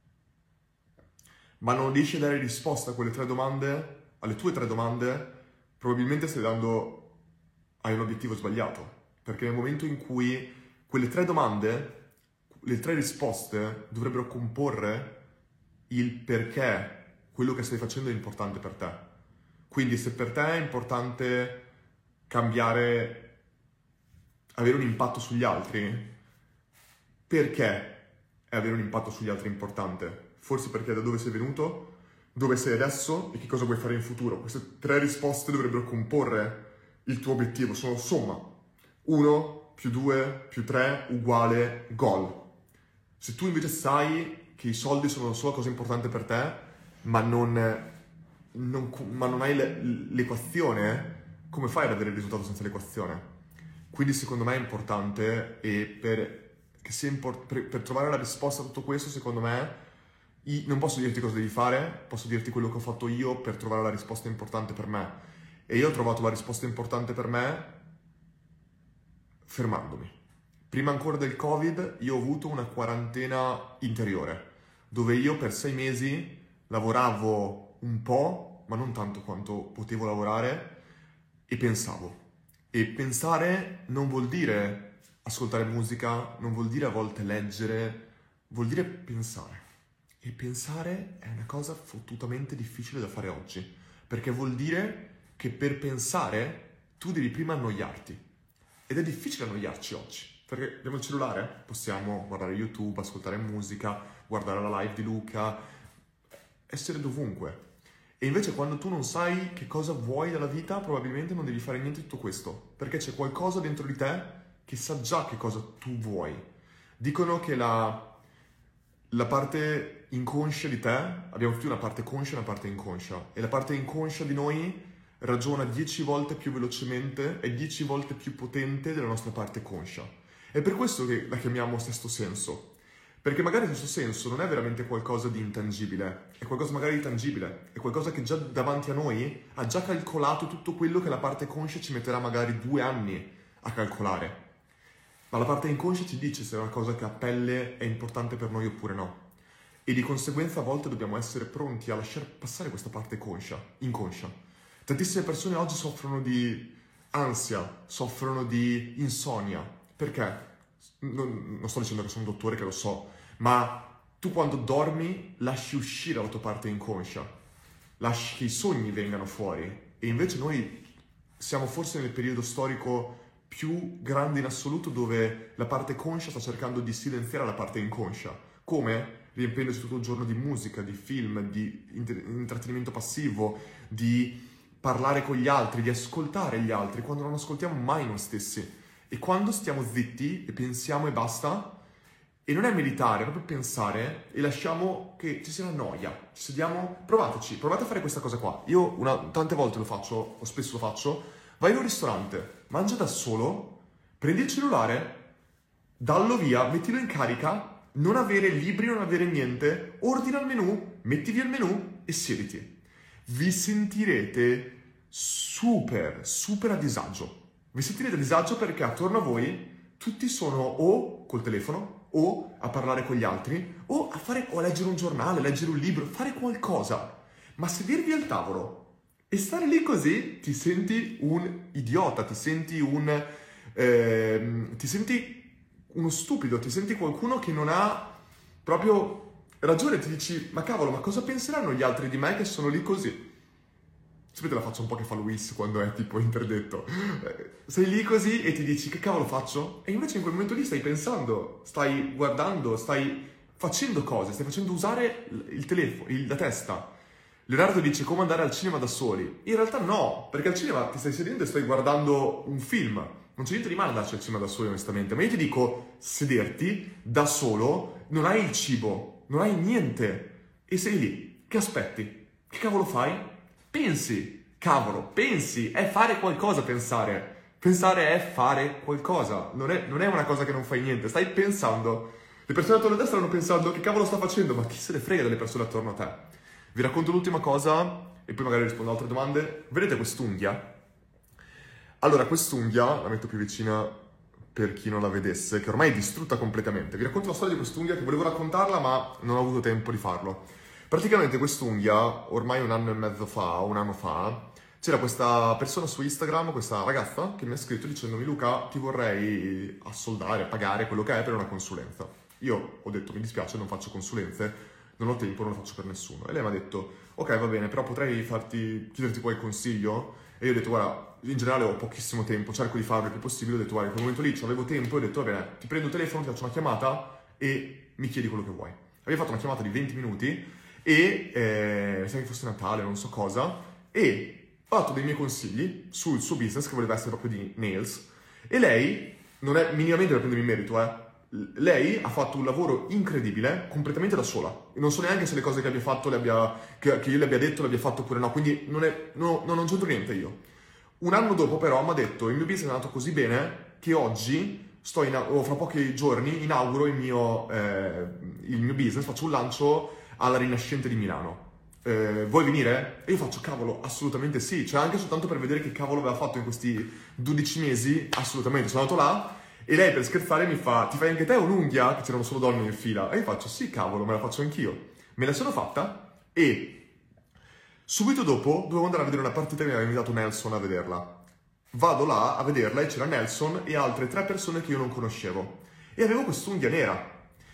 ma non riesci a dare risposta a quelle 3 domande, alle tue 3 domande, probabilmente hai un obiettivo sbagliato. Perché nel momento in cui quelle 3 domande, le 3 risposte dovrebbero comporre il perché quello che stai facendo è importante per te. Quindi se per te è importante cambiare, avere un impatto sugli altri, perché è avere un impatto sugli altri importante? Forse perché da dove sei venuto, dove sei adesso e che cosa vuoi fare in futuro. Queste 3 risposte dovrebbero comporre il tuo obiettivo, sono somma. 1 più 2 più 3 uguale goal. Se tu invece sai che i soldi sono solo la cosa importante per te, ma non hai l'equazione, come fai ad avere il risultato senza l'equazione? Quindi secondo me è importante, e per trovare la risposta a tutto questo, secondo me, non posso dirti cosa devi fare, posso dirti quello che ho fatto io per trovare la risposta importante per me. E io ho trovato la risposta importante per me fermandomi. Prima ancora del Covid, io ho avuto una quarantena interiore, dove io per 6 mesi lavoravo un po', ma non tanto quanto potevo lavorare, e pensavo. E pensare non vuol dire ascoltare musica, non vuol dire a volte leggere, vuol dire pensare. E pensare è una cosa fottutamente difficile da fare oggi, perché vuol dire che per pensare tu devi prima annoiarti. Ed è difficile annoiarci oggi, perché abbiamo il cellulare, possiamo guardare YouTube, ascoltare musica, guardare la live di Luca, essere dovunque. E invece quando tu non sai che cosa vuoi dalla vita, probabilmente non devi fare niente di tutto questo, perché c'è qualcosa dentro di te che sa già che cosa tu vuoi. Dicono che la parte inconscia di te, abbiamo tutti una parte conscia e una parte inconscia, e la parte inconscia di noi ragiona 10 volte più velocemente e 10 volte più potente della nostra parte conscia. È per questo che la chiamiamo sesto senso. Perché magari questo senso non è veramente qualcosa di intangibile, è qualcosa magari di tangibile, è qualcosa che già davanti a noi ha già calcolato tutto quello che la parte conscia ci metterà magari 2 anni a calcolare. Ma la parte inconscia ci dice se è una cosa che a pelle è importante per noi oppure no. E di conseguenza a volte dobbiamo essere pronti a lasciare passare questa parte inconscia. Tantissime persone oggi soffrono di ansia, soffrono di insonnia. Perché? Non sto dicendo che sono un dottore, che lo so, ma tu quando dormi lasci uscire la tua parte inconscia, lasci che i sogni vengano fuori, e invece noi siamo forse nel periodo storico più grande in assoluto dove la parte conscia sta cercando di silenziare la parte inconscia. Come? Riempiendoci tutto il giorno di musica, di film, di intrattenimento passivo, di parlare con gli altri, di ascoltare gli altri, quando non ascoltiamo mai noi stessi. E quando stiamo zitti e pensiamo e basta, e non è meditare, è proprio pensare, e lasciamo che ci sia una noia, ci sediamo, provate a fare questa cosa qua. Io tante volte lo faccio, o spesso lo faccio, vai in un ristorante, mangia da solo, prendi il cellulare, dallo via, mettilo in carica, non avere libri, non avere niente, ordina il menù, metti via il menù e siediti. Vi sentirete super a disagio. Vi sentirete a disagio perché attorno a voi tutti sono o col telefono, o a parlare con gli altri, o a leggere un giornale, leggere un libro, fare qualcosa. Ma sedervi al tavolo e stare lì così ti senti un idiota, ti senti uno stupido, ti senti qualcuno che non ha proprio ragione, ti dici, ma cavolo, ma cosa penseranno gli altri di me che sono lì così? Sapete la faccia un po' che fa Luis quando è tipo interdetto? Sei lì così e ti dici, che cavolo faccio? E invece in quel momento lì stai pensando, stai guardando, stai facendo cose, stai facendo usare il telefono, la testa. Leonardo dice come andare al cinema da soli. In realtà no, perché al cinema ti stai sedendo e stai guardando un film. Non c'è niente di male andarci al cinema da soli, onestamente. Ma io ti dico, sederti da solo, non hai il cibo, non hai niente. E sei lì, che aspetti? Che cavolo fai? Pensi, cavolo, pensi, è fare qualcosa pensare. Pensare è fare qualcosa, non è una cosa che non fai niente, stai pensando. Le persone attorno a te stanno pensando che cavolo sta facendo, ma chi se ne frega delle persone attorno a te? Vi racconto l'ultima cosa e poi magari rispondo a altre domande. Vedete quest'unghia? Allora, quest'unghia, la metto più vicina per chi non la vedesse, che ormai è distrutta completamente. Vi racconto la storia di quest'unghia che volevo raccontarla, ma non ho avuto tempo di farlo. Praticamente quest'unghia, ormai 1 anno e mezzo fa, 1 anno fa, c'era questa persona su Instagram, questa ragazza, che mi ha scritto dicendomi Luca, ti vorrei assoldare, pagare quello che è per una consulenza. Io ho detto, mi dispiace, non faccio consulenze, non ho tempo, non lo faccio per nessuno. E lei mi ha detto, ok, va bene, però potrei chiederti qualche consiglio? E io ho detto, guarda, in generale ho pochissimo tempo, cerco di farlo il più possibile. Ho detto, guarda, in quel momento lì avevo tempo e ho detto, va bene, ti prendo il telefono, ti faccio una chiamata e mi chiedi quello che vuoi. Avevo fatto una chiamata di 20 minuti e sai che fosse Natale, non so cosa, e ho dato dei miei consigli sul suo business che voleva essere proprio di nails, e lei, non è minimamente per prendermi in merito, lei ha fatto un lavoro incredibile, completamente da sola. E non so neanche se le cose che abbia fatto, che io le abbia detto, le abbia fatto oppure no, quindi non c'entro niente io. 1 anno dopo però mi ha detto, il mio business è andato così bene che oggi fra pochi giorni inauguro il mio business, faccio un lancio alla Rinascente di Milano. Vuoi venire? E io faccio, cavolo, assolutamente sì. Cioè anche soltanto per vedere che cavolo aveva fatto in questi 12 mesi, assolutamente. Sono andato là e lei per scherzare mi fa, ti fai anche te un'unghia? Che c'erano solo donne in fila. E io faccio, sì cavolo, me la faccio anch'io. Me la sono fatta e subito dopo dovevo andare a vedere una partita che mi aveva invitato Nelson a vederla. Vado là a vederla e c'era Nelson e altre 3 persone che io non conoscevo. E avevo quest'unghia nera.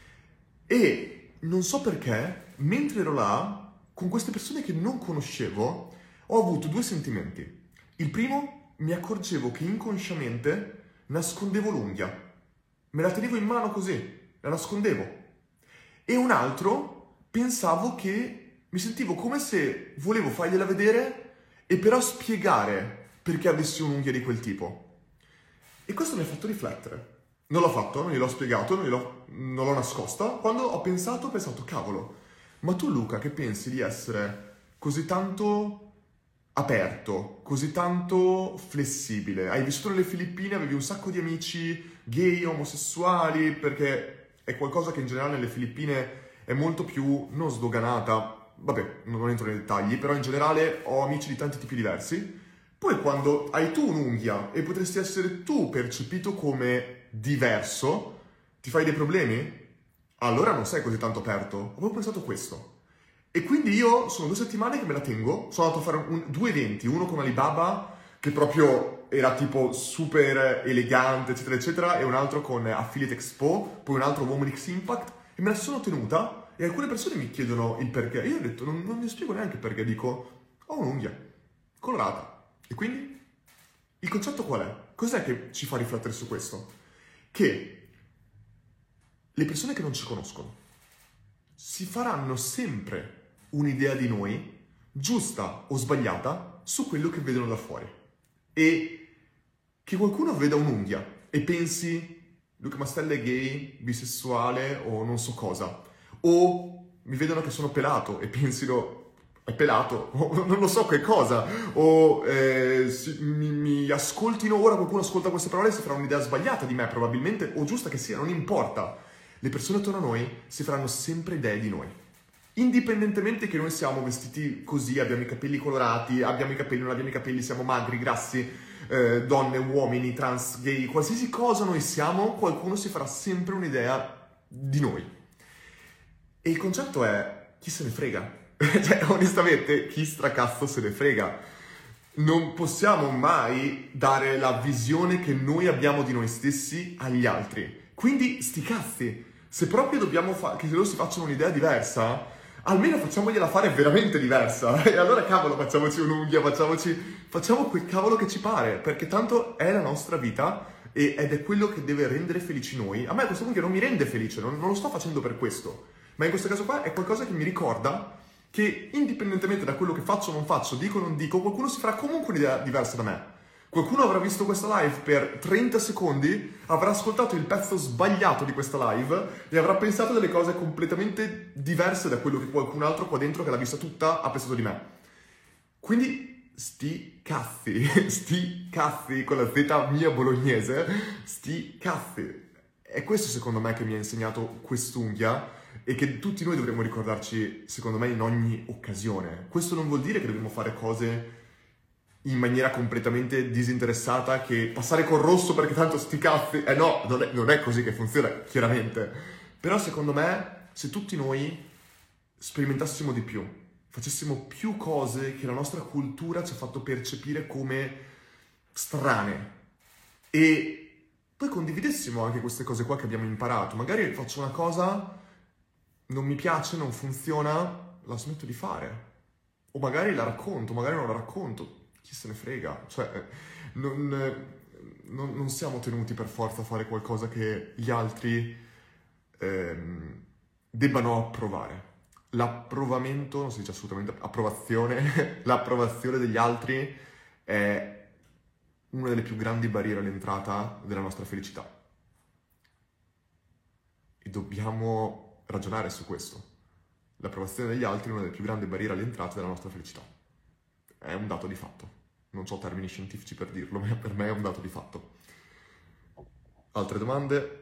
E non so perché, mentre ero là, con queste persone che non conoscevo, ho avuto 2 sentimenti. Il primo, mi accorgevo che inconsciamente nascondevo l'unghia. Me la tenevo in mano così, la nascondevo. E un altro, pensavo che Mi sentivo come se volevo fargliela vedere e però spiegare perché avessi un'unghia di quel tipo. E questo mi ha fatto riflettere. Non l'ho fatto, non gliel'ho spiegato, non l'ho nascosta. Quando ho pensato, cavolo, ma tu Luca che pensi di essere così tanto aperto, così tanto flessibile, hai vissuto nelle Filippine, avevi un sacco di amici gay, omosessuali, perché è qualcosa che in generale nelle Filippine è molto più non sdoganata, vabbè, non entro nei dettagli, però in generale ho amici di tanti tipi diversi. Poi quando hai tu un'unghia e potresti essere tu percepito come diverso, ti fai dei problemi? Allora non sei così tanto aperto. Avevo pensato questo. E quindi io sono 2 settimane che me la tengo, sono andato a fare 2 eventi, uno con Alibaba, che proprio era tipo super elegante, eccetera, eccetera, e un altro con Affiliate Expo, poi un altro Woman X Impact, e me la sono tenuta, e alcune persone mi chiedono il perché. Io ho detto, non mi spiego neanche perché, dico, ho un'unghia colorata. E quindi il concetto qual è? Cos'è che ci fa riflettere su questo? Che le persone che non ci conoscono si faranno sempre un'idea di noi, giusta o sbagliata, su quello che vedono da fuori. E che qualcuno veda un'unghia e pensi Luca Mastella è gay, bisessuale o non so cosa, o mi vedono che sono pelato e pensino è pelato, o non lo so che cosa, o mi ascoltino ora, qualcuno ascolta queste parole e si farà un'idea sbagliata di me probabilmente, o giusta che sia, non importa. Le persone attorno a noi si faranno sempre idee di noi. Indipendentemente che noi siamo vestiti così, abbiamo i capelli colorati, abbiamo i capelli, non abbiamo i capelli, siamo magri, grassi, donne, uomini, trans, gay, qualsiasi cosa noi siamo, qualcuno si farà sempre un'idea di noi. E il concetto è, chi se ne frega? Cioè, onestamente, chi stracazzo se ne frega? Non possiamo mai dare la visione che noi abbiamo di noi stessi agli altri. Quindi, sti cazzi, se proprio dobbiamo che loro si facciano un'idea diversa, almeno facciamogliela fare veramente diversa. E allora, cavolo, facciamoci un'unghia, facciamo quel cavolo che ci pare, perché tanto è la nostra vita ed è quello che deve rendere felici noi. A me questa unghia non mi rende felice, non lo sto facendo per questo. Ma in questo caso qua è qualcosa che mi ricorda che indipendentemente da quello che faccio o non faccio, dico o non dico, qualcuno si farà comunque un'idea diversa da me. Qualcuno avrà visto questa live per 30 secondi, avrà ascoltato il pezzo sbagliato di questa live e avrà pensato delle cose completamente diverse da quello che qualcun altro qua dentro che l'ha vista tutta ha pensato di me. Quindi sti cazzi con la Z mia bolognese, sti cazzi. È questo secondo me che mi ha insegnato quest'unghia e che tutti noi dovremmo ricordarci, secondo me, in ogni occasione. Questo non vuol dire che dobbiamo fare cose in maniera completamente disinteressata, che passare col rosso perché tanto sti cazzi... no, non è così che funziona, chiaramente. Però secondo me, se tutti noi sperimentassimo di più, facessimo più cose che la nostra cultura ci ha fatto percepire come strane e poi condividessimo anche queste cose qua che abbiamo imparato. Magari faccio una cosa, non mi piace, non funziona, la smetto di fare. O magari la racconto, magari non la racconto. Chi se ne frega? Cioè, non siamo tenuti per forza a fare qualcosa che gli altri debbano approvare. L'approvamento, non si dice assolutamente approvazione, l'approvazione degli altri è una delle più grandi barriere all'entrata della nostra felicità. E dobbiamo ragionare su questo. L'approvazione degli altri è una delle più grandi barriere all'entrata della nostra felicità. È un dato di fatto. Non so termini scientifici per dirlo, ma per me è un dato di fatto. Altre domande?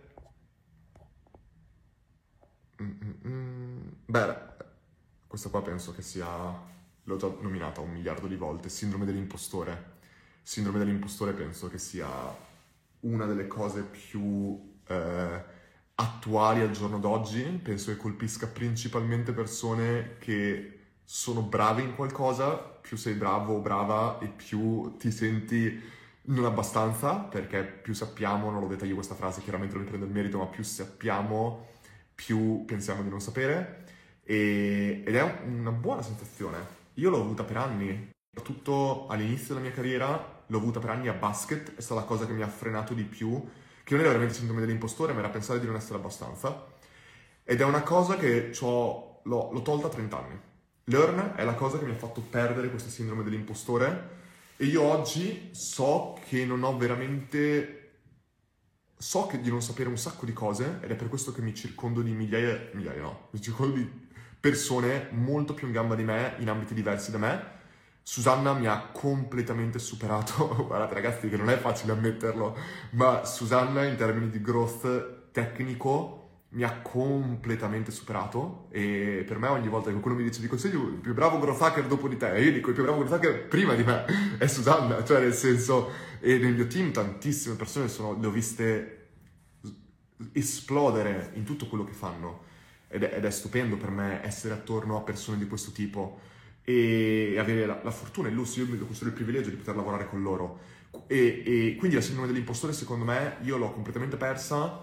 Beh, questa qua penso che sia... l'ho già nominata 1 miliardo di volte. Sindrome dell'impostore. Sindrome dell'impostore penso che sia una delle cose più attuali al giorno d'oggi. Penso che colpisca principalmente persone che sono brave in qualcosa, più sei bravo o brava e più ti senti non abbastanza, perché più sappiamo, non lo dettaglio questa frase, chiaramente non mi prendo il merito, ma più sappiamo, più pensiamo di non sapere, ed è una buona sensazione. Io l'ho avuta per anni, soprattutto all'inizio della mia carriera, l'ho avuta per anni a basket, è stata la cosa che mi ha frenato di più, che non era veramente sindrome dell'impostore, ma era pensare di non essere abbastanza, ed è una cosa che l'ho tolta a 30 anni. Learn è la cosa che mi ha fatto perdere questa sindrome dell'impostore e io oggi so che non ho veramente... So che di non sapere un sacco di cose ed è per questo che mi circondo di migliaia no, mi circondo di persone molto più in gamba di me, in ambiti diversi da me. Susanna mi ha completamente superato, guardate ragazzi che non è facile ammetterlo, ma Susanna in termini di growth tecnico mi ha completamente superato e per me ogni volta che qualcuno mi dice di consiglio il più bravo growth hacker dopo di te, io dico il più bravo growth hacker prima di me è Susanna, cioè nel senso, e nel mio team tantissime persone le ho viste esplodere in tutto quello che fanno ed è stupendo per me essere attorno a persone di questo tipo e avere la fortuna e il lusso, io mi do questo il privilegio di poter lavorare con loro e quindi la sindrome dell'impostore secondo me io l'ho completamente persa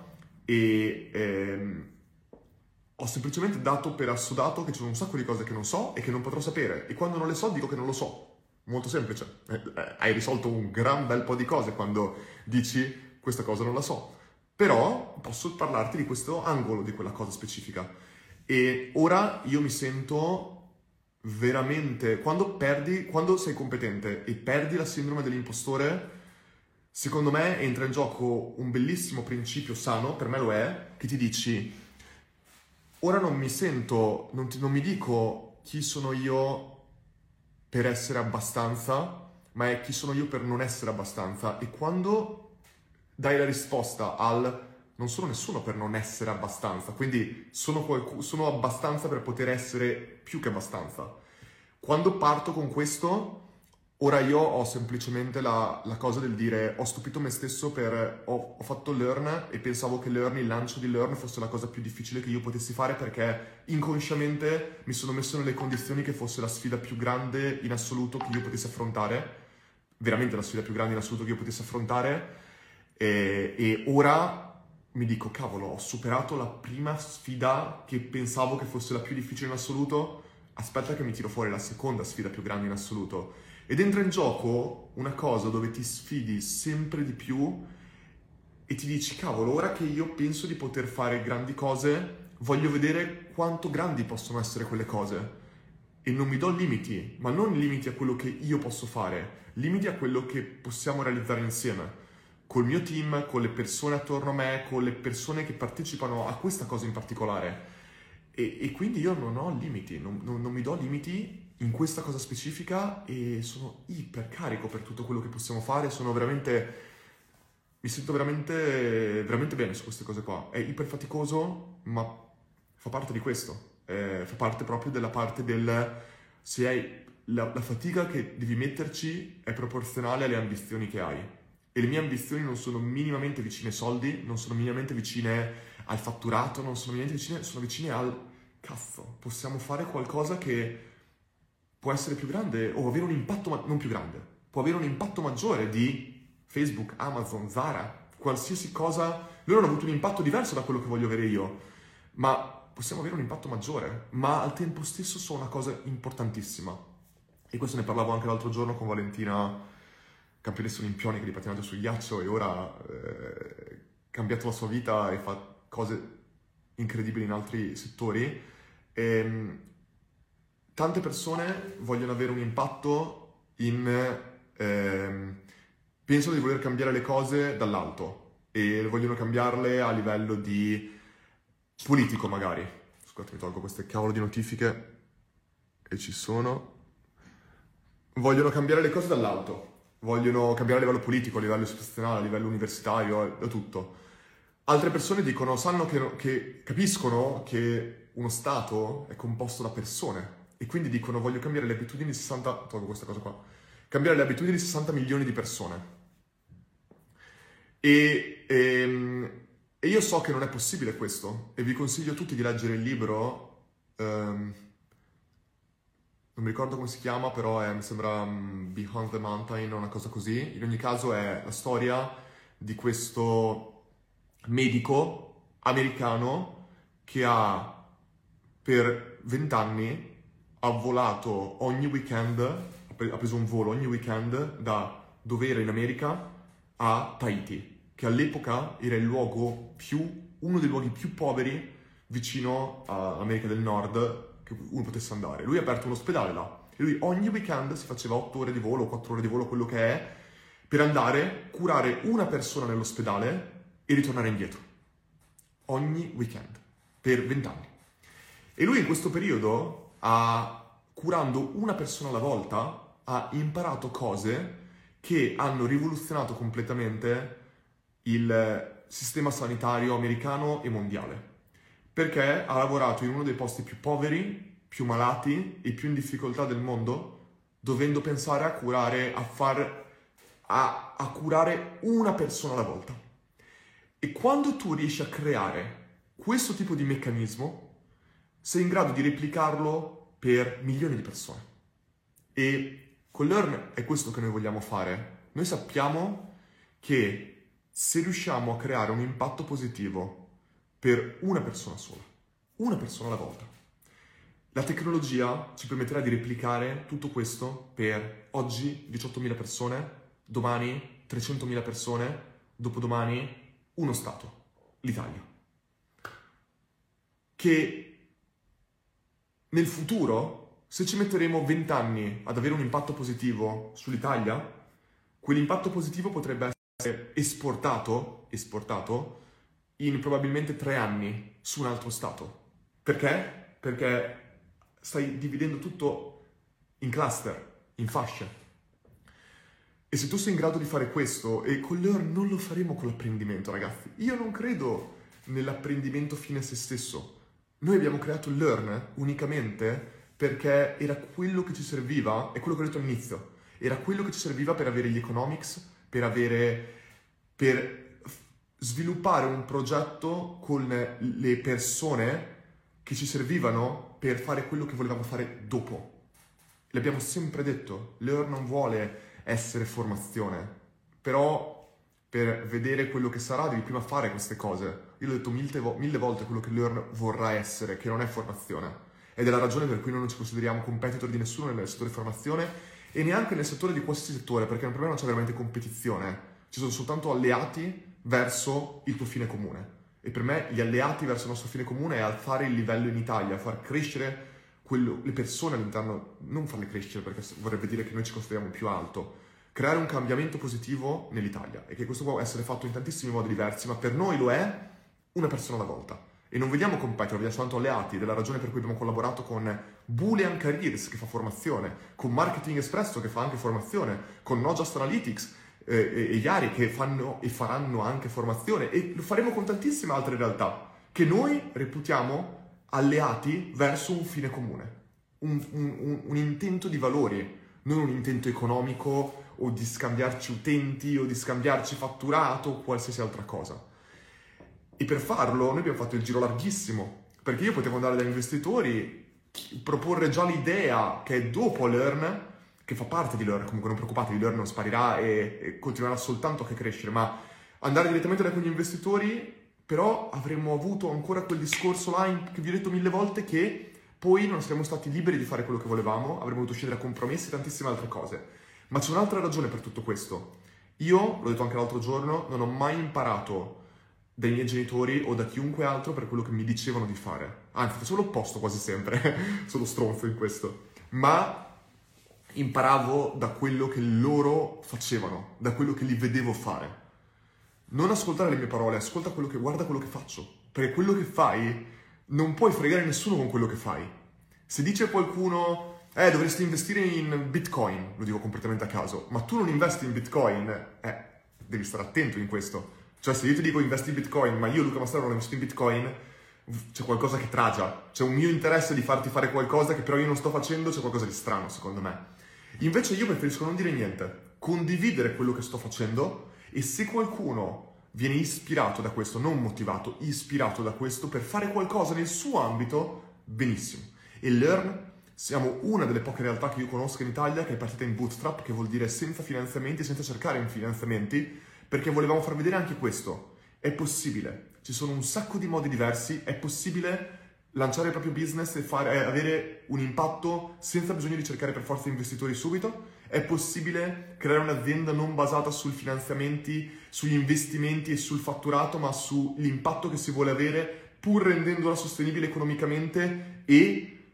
e ho semplicemente dato per assodato che ci sono un sacco di cose che non so e che non potrò sapere e quando non le so dico che non lo so, molto semplice. Hai risolto un gran bel po' di cose quando dici questa cosa non la so, però posso parlarti di questo angolo di quella cosa specifica e ora io mi sento veramente, quando sei competente e perdi la sindrome dell'impostore, secondo me entra in gioco un bellissimo principio sano, per me lo è, che ti dici, ora non mi sento, non mi dico chi sono io per essere abbastanza, ma è chi sono io per non essere abbastanza. E quando dai la risposta al non sono nessuno per non essere abbastanza, quindi sono abbastanza per poter essere più che abbastanza. Quando parto con questo... Ora io ho semplicemente la cosa del dire ho stupito me stesso ho fatto Learn e pensavo che il lancio di Learn fosse la cosa più difficile che io potessi fare perché inconsciamente mi sono messo nelle condizioni che fosse la sfida più grande in assoluto che io potessi affrontare, veramente la sfida più grande in assoluto che io potessi affrontare e ora mi dico cavolo ho superato la prima sfida che pensavo che fosse la più difficile in assoluto, aspetta che mi tiro fuori la seconda sfida più grande in assoluto. Ed entra in gioco una cosa dove ti sfidi sempre di più e ti dici, cavolo, ora che io penso di poter fare grandi cose, voglio vedere quanto grandi possono essere quelle cose. E non mi do limiti, ma non limiti a quello che io posso fare, limiti a quello che possiamo realizzare insieme. Col mio team, con le persone attorno a me, con le persone che partecipano a questa cosa in particolare. E quindi io non ho limiti, non mi do limiti in questa cosa specifica e sono iper carico per tutto quello che possiamo fare, mi sento veramente, veramente bene su queste cose qua. È iper faticoso, ma fa parte di questo, fa parte proprio della parte se hai la fatica che devi metterci è proporzionale alle ambizioni che hai. E le mie ambizioni non sono minimamente vicine ai soldi, non sono minimamente vicine al fatturato, non sono minimamente vicine, sono vicine al cazzo. Possiamo fare qualcosa che può essere più grande o avere un impatto, non più grande, può avere un impatto maggiore di Facebook, Amazon, Zara, qualsiasi cosa. Loro hanno avuto un impatto diverso da quello che voglio avere io, ma possiamo avere un impatto maggiore, ma al tempo stesso sono una cosa importantissima. E questo ne parlavo anche l'altro giorno con Valentina, campionessa olimpionica di pattinaggio sul ghiaccio e ora ha cambiato la sua vita e fa cose incredibili in altri settori. Tante persone vogliono avere un impatto pensano di voler cambiare le cose dall'alto e vogliono cambiarle a livello di politico magari. Scusate, mi tolgo queste cavolo di notifiche e ci sono. Vogliono cambiare le cose dall'alto, vogliono cambiare a livello politico, a livello istituzionale, a livello universitario, da tutto. Altre persone sanno che capiscono che uno Stato è composto da persone e quindi dicono voglio cambiare le abitudini di 60, tolgo questa cosa qua, cambiare le abitudini di 60 milioni di persone. E io so che non è possibile questo e vi consiglio a tutti di leggere il libro, non mi ricordo come si chiama, però mi sembra Behind the Mountain o una cosa così. In ogni caso è la storia di questo medico americano che per 20 anni ha volato ogni weekend, ha preso un volo ogni weekend da dove era in America a Tahiti, che all'epoca era uno dei luoghi più poveri vicino all'America del Nord, che uno potesse andare. Lui ha aperto un ospedale là e lui ogni weekend si faceva 8 ore di volo, 4 ore di volo, quello che è, per andare, curare una persona nell'ospedale e ritornare indietro. Ogni weekend, per 20 anni. E lui in questo periodo, curando una persona alla volta, ha imparato cose che hanno rivoluzionato completamente il sistema sanitario americano e mondiale. Perché ha lavorato in uno dei posti più poveri, più malati e più in difficoltà del mondo, dovendo pensare a curare, a curare una persona alla volta. E quando tu riesci a creare questo tipo di meccanismo, sei in grado di replicarlo per milioni di persone. E con Learn è questo che noi vogliamo fare. Noi sappiamo che se riusciamo a creare un impatto positivo per una persona sola, una persona alla volta, la tecnologia ci permetterà di replicare tutto questo per oggi 18.000 persone, domani 300.000 persone, dopodomani uno Stato, l'Italia. Che nel futuro, se ci metteremo 20 anni ad avere un impatto positivo sull'Italia, quell'impatto positivo potrebbe essere esportato in probabilmente 3 anni su un altro Stato. Perché? Perché stai dividendo tutto in cluster, in fasce. E se tu sei in grado di fare questo, e con Learn non lo faremo con l'apprendimento, ragazzi. Io non credo nell'apprendimento fine a se stesso. Noi abbiamo creato Learn unicamente perché era quello che ci serviva, è quello che ho detto all'inizio, era quello che ci serviva per avere gli economics, per sviluppare un progetto con le persone che ci servivano per fare quello che volevamo fare dopo. L'abbiamo sempre detto, Learn non vuole essere formazione, però per vedere quello che sarà devi prima fare queste cose. Io l'ho detto mille volte quello che Learn vorrà essere, che non è formazione. Ed è la ragione per cui noi non ci consideriamo competitor di nessuno nel settore formazione e neanche nel settore di qualsiasi settore, perché per me non c'è veramente competizione. Ci sono soltanto alleati verso il tuo fine comune. E per me gli alleati verso il nostro fine comune è alzare il livello in Italia, far crescere le persone all'interno, non farle crescere perché vorrebbe dire che noi ci consideriamo più alto, creare un cambiamento positivo nell'Italia e che questo può essere fatto in tantissimi modi diversi, ma per noi lo è una persona alla volta. E non vediamo competitor, vediamo soltanto alleati, della ragione per cui abbiamo collaborato con Boolean Careers che fa formazione, con Marketing Espresso che fa anche formazione, con No Just Analytics e Yari che fanno e faranno anche formazione e lo faremo con tantissime altre realtà che noi reputiamo alleati verso un fine comune, un intento di valori, non un intento economico o di scambiarci utenti o di scambiarci fatturato o qualsiasi altra cosa. E per farlo noi abbiamo fatto il giro larghissimo, perché io potevo andare dagli investitori, proporre già l'idea che è dopo Learn, che fa parte di Learn, comunque non preoccupatevi, Learn non sparirà e continuerà soltanto che crescere, ma andare direttamente da quegli investitori. Però avremmo avuto ancora quel discorso là che vi ho detto 1000 volte che poi non saremmo stati liberi di fare quello che volevamo, avremmo dovuto scendere a compromessi e tantissime altre cose. Ma c'è un'altra ragione per tutto questo. Io, l'ho detto anche l'altro giorno, non ho mai imparato dai miei genitori o da chiunque altro per quello che mi dicevano di fare. Anzi, facevo l'opposto quasi sempre, sono stronzo in questo. Ma imparavo da quello che loro facevano, da quello che li vedevo fare. Non ascoltare le mie parole, guarda quello che faccio. Perché quello che fai, non puoi fregare nessuno con quello che fai. Se dice qualcuno, dovresti investire in Bitcoin, lo dico completamente a caso, ma tu non investi in Bitcoin, devi stare attento in questo. Cioè se io ti dico investi in Bitcoin, ma io Luca Mastero non investo in Bitcoin, c'è qualcosa che tragia. C'è un mio interesse di farti fare qualcosa che però io non sto facendo, c'è qualcosa di strano secondo me. Invece io preferisco non dire niente, condividere quello che sto facendo. E se qualcuno viene ispirato da questo, non motivato, ispirato da questo per fare qualcosa nel suo ambito, benissimo. E Learn, siamo una delle poche realtà che io conosco in Italia che è partita in bootstrap, che vuol dire senza finanziamenti, senza cercare finanziamenti, perché volevamo far vedere anche questo. È possibile, ci sono un sacco di modi diversi, è possibile lanciare il proprio business e avere un impatto senza bisogno di cercare per forza investitori subito. È possibile creare un'azienda non basata sui finanziamenti, sugli investimenti e sul fatturato, ma sull'impatto che si vuole avere, pur rendendola sostenibile economicamente e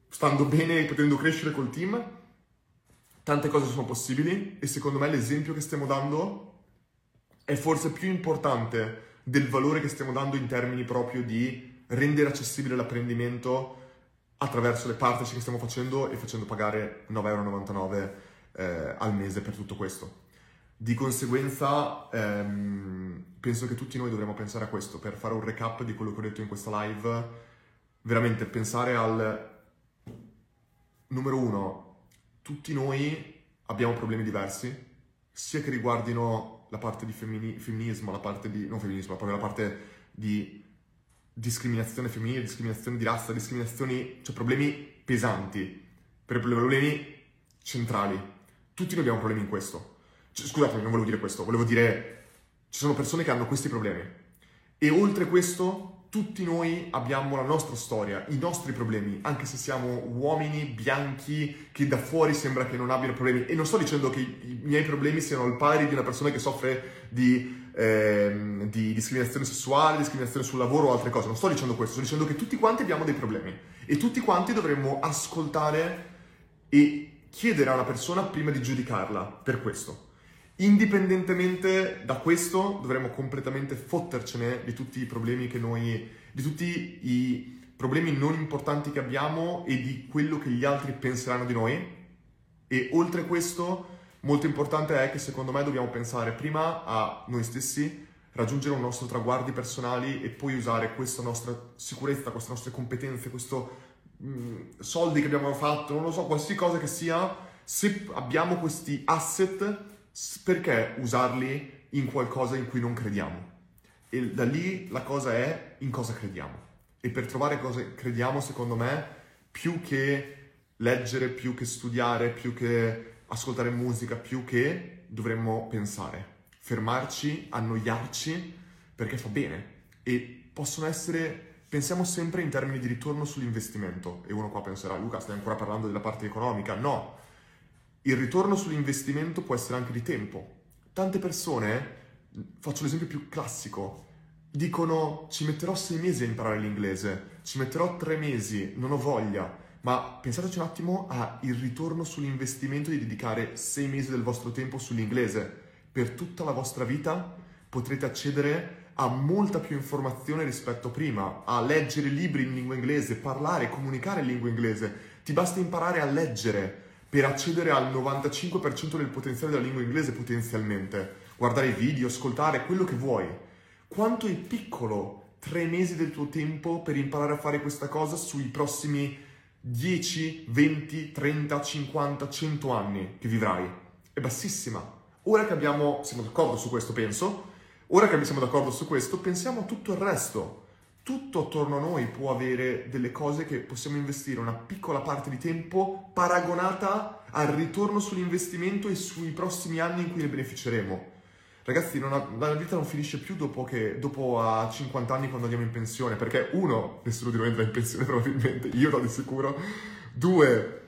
stando bene e potendo crescere col team, tante cose sono possibili e secondo me l'esempio che stiamo dando è forse più importante del valore che stiamo dando in termini proprio di rendere accessibile l'apprendimento attraverso le partnership che stiamo facendo e facendo pagare 9,99 € al mese per tutto questo. Di conseguenza penso che tutti noi dovremmo pensare a questo. Per fare un recap di quello che ho detto in questa live, veramente pensare al numero 1, tutti noi abbiamo problemi diversi, sia che riguardino la parte di femminismo, la parte di, non femminismo, ma proprio la parte di discriminazione femminile, discriminazione di razza, discriminazioni, cioè problemi pesanti, problemi centrali. Tutti noi abbiamo problemi in questo. Scusatemi, non volevo dire questo, volevo dire ci sono persone che hanno questi problemi e oltre questo tutti noi abbiamo la nostra storia, i nostri problemi, anche se siamo uomini bianchi che da fuori sembra che non abbiano problemi. E non sto dicendo che i miei problemi siano al pari di una persona che soffre di discriminazione sessuale, discriminazione sul lavoro o altre cose. Non sto dicendo questo, sto dicendo che tutti quanti abbiamo dei problemi e tutti quanti dovremmo ascoltare e chiedere a una persona prima di giudicarla per questo. Indipendentemente da questo, dovremmo completamente fottercene di tutti i problemi che noi, di tutti i problemi non importanti che abbiamo e di quello che gli altri penseranno di noi. E oltre questo, molto importante è che secondo me dobbiamo pensare prima a noi stessi, raggiungere un nostro traguardi personali e poi usare questa nostra sicurezza, queste nostre competenze, questo soldi che abbiamo fatto, non lo so, qualsiasi cosa che sia, se abbiamo questi asset, perché usarli in qualcosa in cui non crediamo? E da lì la cosa è in cosa crediamo. E per trovare cosa crediamo, secondo me, più che leggere, più che studiare, più che ascoltare musica, più che dovremmo pensare, fermarci, annoiarci, perché fa bene. E possono essere, pensiamo sempre in termini di ritorno sull'investimento. E uno qua penserà, Luca, stai ancora parlando della parte economica? No. Il ritorno sull'investimento può essere anche di tempo. Tante persone, faccio l'esempio più classico, dicono ci metterò 6 mesi a imparare l'inglese, ci metterò 3 mesi, non ho voglia. Ma pensateci un attimo al ritorno sull'investimento di dedicare 6 mesi del vostro tempo sull'inglese. Per tutta la vostra vita potrete accedere a molta più informazione rispetto a prima, a leggere libri in lingua inglese, parlare, comunicare in lingua inglese. Ti basta imparare a leggere per accedere al 95% del potenziale della lingua inglese potenzialmente. Guardare video, ascoltare, quello che vuoi. Quanto è piccolo 3 mesi del tuo tempo per imparare a fare questa cosa sui prossimi 10, 20, 30, 50, 100 anni che vivrai? È bassissima. Ora che siamo d'accordo su questo, penso, ora che siamo d'accordo su questo, pensiamo a tutto il resto. Tutto attorno a noi può avere delle cose che possiamo investire una piccola parte di tempo paragonata al ritorno sull'investimento e sui prossimi anni in cui ne beneficeremo. Ragazzi, la vita non finisce più dopo a 50 anni quando andiamo in pensione, perché uno, nessuno di noi andrà in pensione probabilmente, io no di sicuro. Due,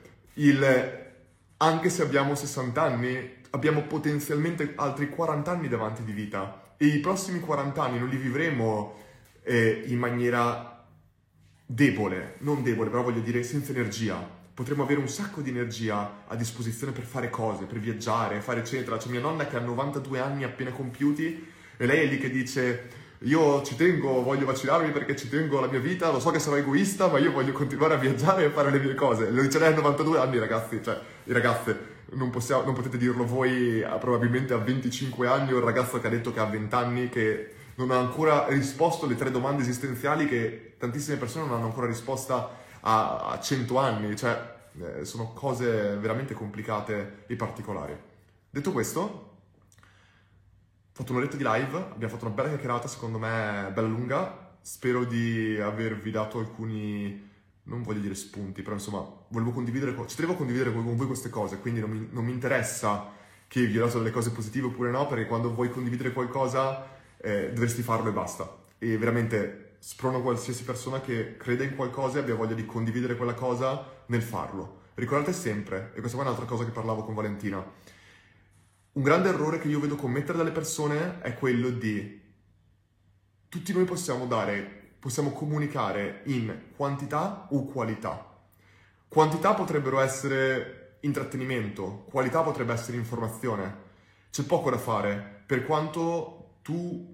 anche se abbiamo 60 anni, abbiamo potenzialmente altri 40 anni davanti di vita e i prossimi 40 anni non li vivremo in maniera debole, non debole, però voglio dire senza energia. Potremmo avere un sacco di energia a disposizione per fare cose, per viaggiare, fare eccetera. C'è mia nonna che ha 92 anni appena compiuti e lei è lì che dice io ci tengo, voglio vaccinarmi perché ci tengo alla mia vita, lo so che sarò egoista ma io voglio continuare a viaggiare e fare le mie cose. Lo dice lei a 92 anni, ragazzi, cioè i ragazze non potete dirlo voi probabilmente a 25 anni o il ragazzo che ha detto che ha 20 anni che non ha ancora risposto alle 3 domande esistenziali che tantissime persone non hanno ancora risposta a 100 anni, cioè sono cose veramente complicate e particolari. Detto questo, ho fatto un'oretta di live, abbiamo fatto una bella chiacchierata, secondo me bella lunga, spero di avervi dato alcuni, non voglio dire spunti, però insomma ci tenevo a condividere con voi queste cose, quindi non mi interessa che vi ho dato delle cose positive oppure no, perché quando vuoi condividere qualcosa dovresti farlo e basta. E veramente sprono qualsiasi persona che creda in qualcosa e abbia voglia di condividere quella cosa nel farlo. Ricordate sempre, e questa qua è un'altra cosa che parlavo con Valentina, un grande errore che io vedo commettere dalle persone è quello di tutti noi possiamo comunicare in quantità o qualità. Quantità potrebbero essere intrattenimento, qualità potrebbe essere informazione. C'è poco da fare, per quanto tu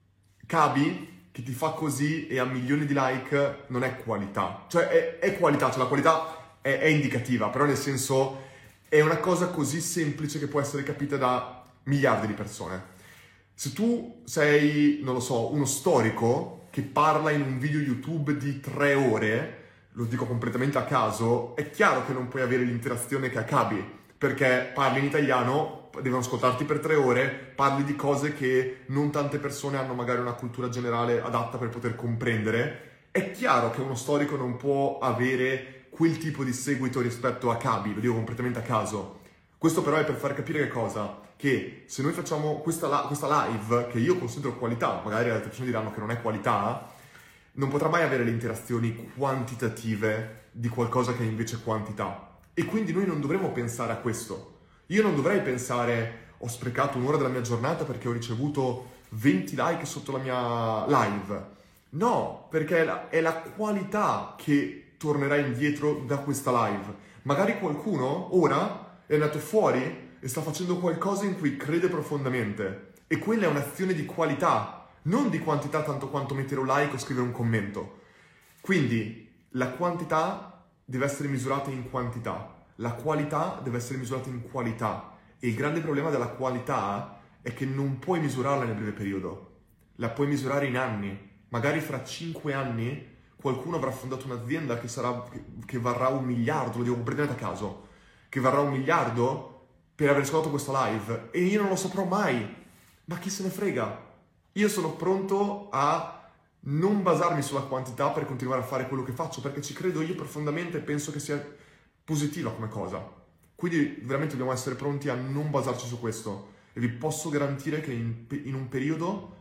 capi che ti fa così e ha milioni di like, non è qualità. Cioè è qualità, cioè la qualità è indicativa, però nel senso è una cosa così semplice che può essere capita da miliardi di persone. Se tu sei, non lo so, uno storico che parla in un video YouTube di 3 ore, lo dico completamente a caso, è chiaro che non puoi avere l'interazione che accabi, perché parli in italiano, devono ascoltarti per 3 ore, parli di cose che non tante persone hanno magari una cultura generale adatta per poter comprendere. È chiaro che uno storico non può avere quel tipo di seguito rispetto a Cabi, lo dico completamente a caso. Questo però è per far capire che cosa? Che se noi facciamo questa live, che io considero qualità, magari altre persone diranno che non è qualità, non potrà mai avere le interazioni quantitative di qualcosa che è invece quantità. E quindi noi non dovremmo pensare a questo. Io non dovrei pensare ho sprecato un'ora della mia giornata perché ho ricevuto 20 like sotto la mia live. No, perché è la qualità che tornerà indietro da questa live. Magari qualcuno ora è andato fuori e sta facendo qualcosa in cui crede profondamente. E quella è un'azione di qualità, non di quantità tanto quanto mettere un like o scrivere un commento. Quindi la quantità deve essere misurata in quantità, la qualità deve essere misurata in qualità. E il grande problema della qualità è che non puoi misurarla nel breve periodo, la puoi misurare in anni. Magari fra 5 anni qualcuno avrà fondato un'azienda che varrà 1 miliardo, lo dico completamente a caso, che varrà 1 miliardo per aver ascoltato questa live e io non lo saprò mai. Ma chi se ne frega? Io sono pronto a non basarmi sulla quantità per continuare a fare quello che faccio, perché ci credo io profondamente e penso che sia positiva come cosa. Quindi veramente dobbiamo essere pronti a non basarci su questo. E vi posso garantire che in un periodo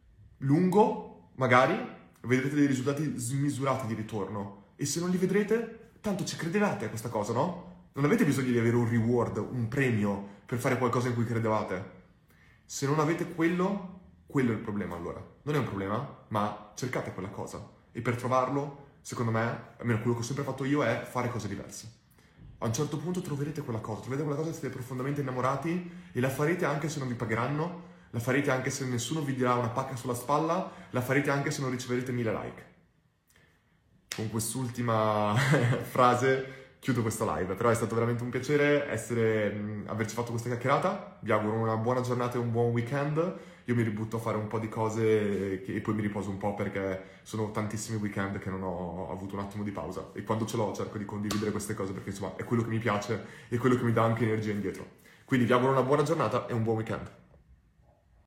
lungo, magari, vedrete dei risultati smisurati di ritorno. E se non li vedrete, tanto ci crederete a questa cosa, no? Non avete bisogno di avere un reward, un premio per fare qualcosa in cui credevate. Se non avete quello è il problema allora. Non è un problema, ma cercate quella cosa. E per trovarlo, secondo me, almeno quello che ho sempre fatto io, è fare cose diverse. A un certo punto troverete quella cosa che siete profondamente innamorati e la farete anche se non vi pagheranno, la farete anche se nessuno vi dirà una pacca sulla spalla, la farete anche se non riceverete 1000 like. Con quest'ultima frase chiudo questa live, però è stato veramente un piacere averci fatto questa chiacchierata. Vi auguro una buona giornata e un buon weekend. Io mi ributto a fare un po' di cose e poi mi riposo un po' perché sono tantissimi weekend che non ho avuto un attimo di pausa e quando ce l'ho cerco di condividere queste cose perché insomma è quello che mi piace e quello che mi dà anche energia indietro. Quindi vi auguro una buona giornata e un buon weekend.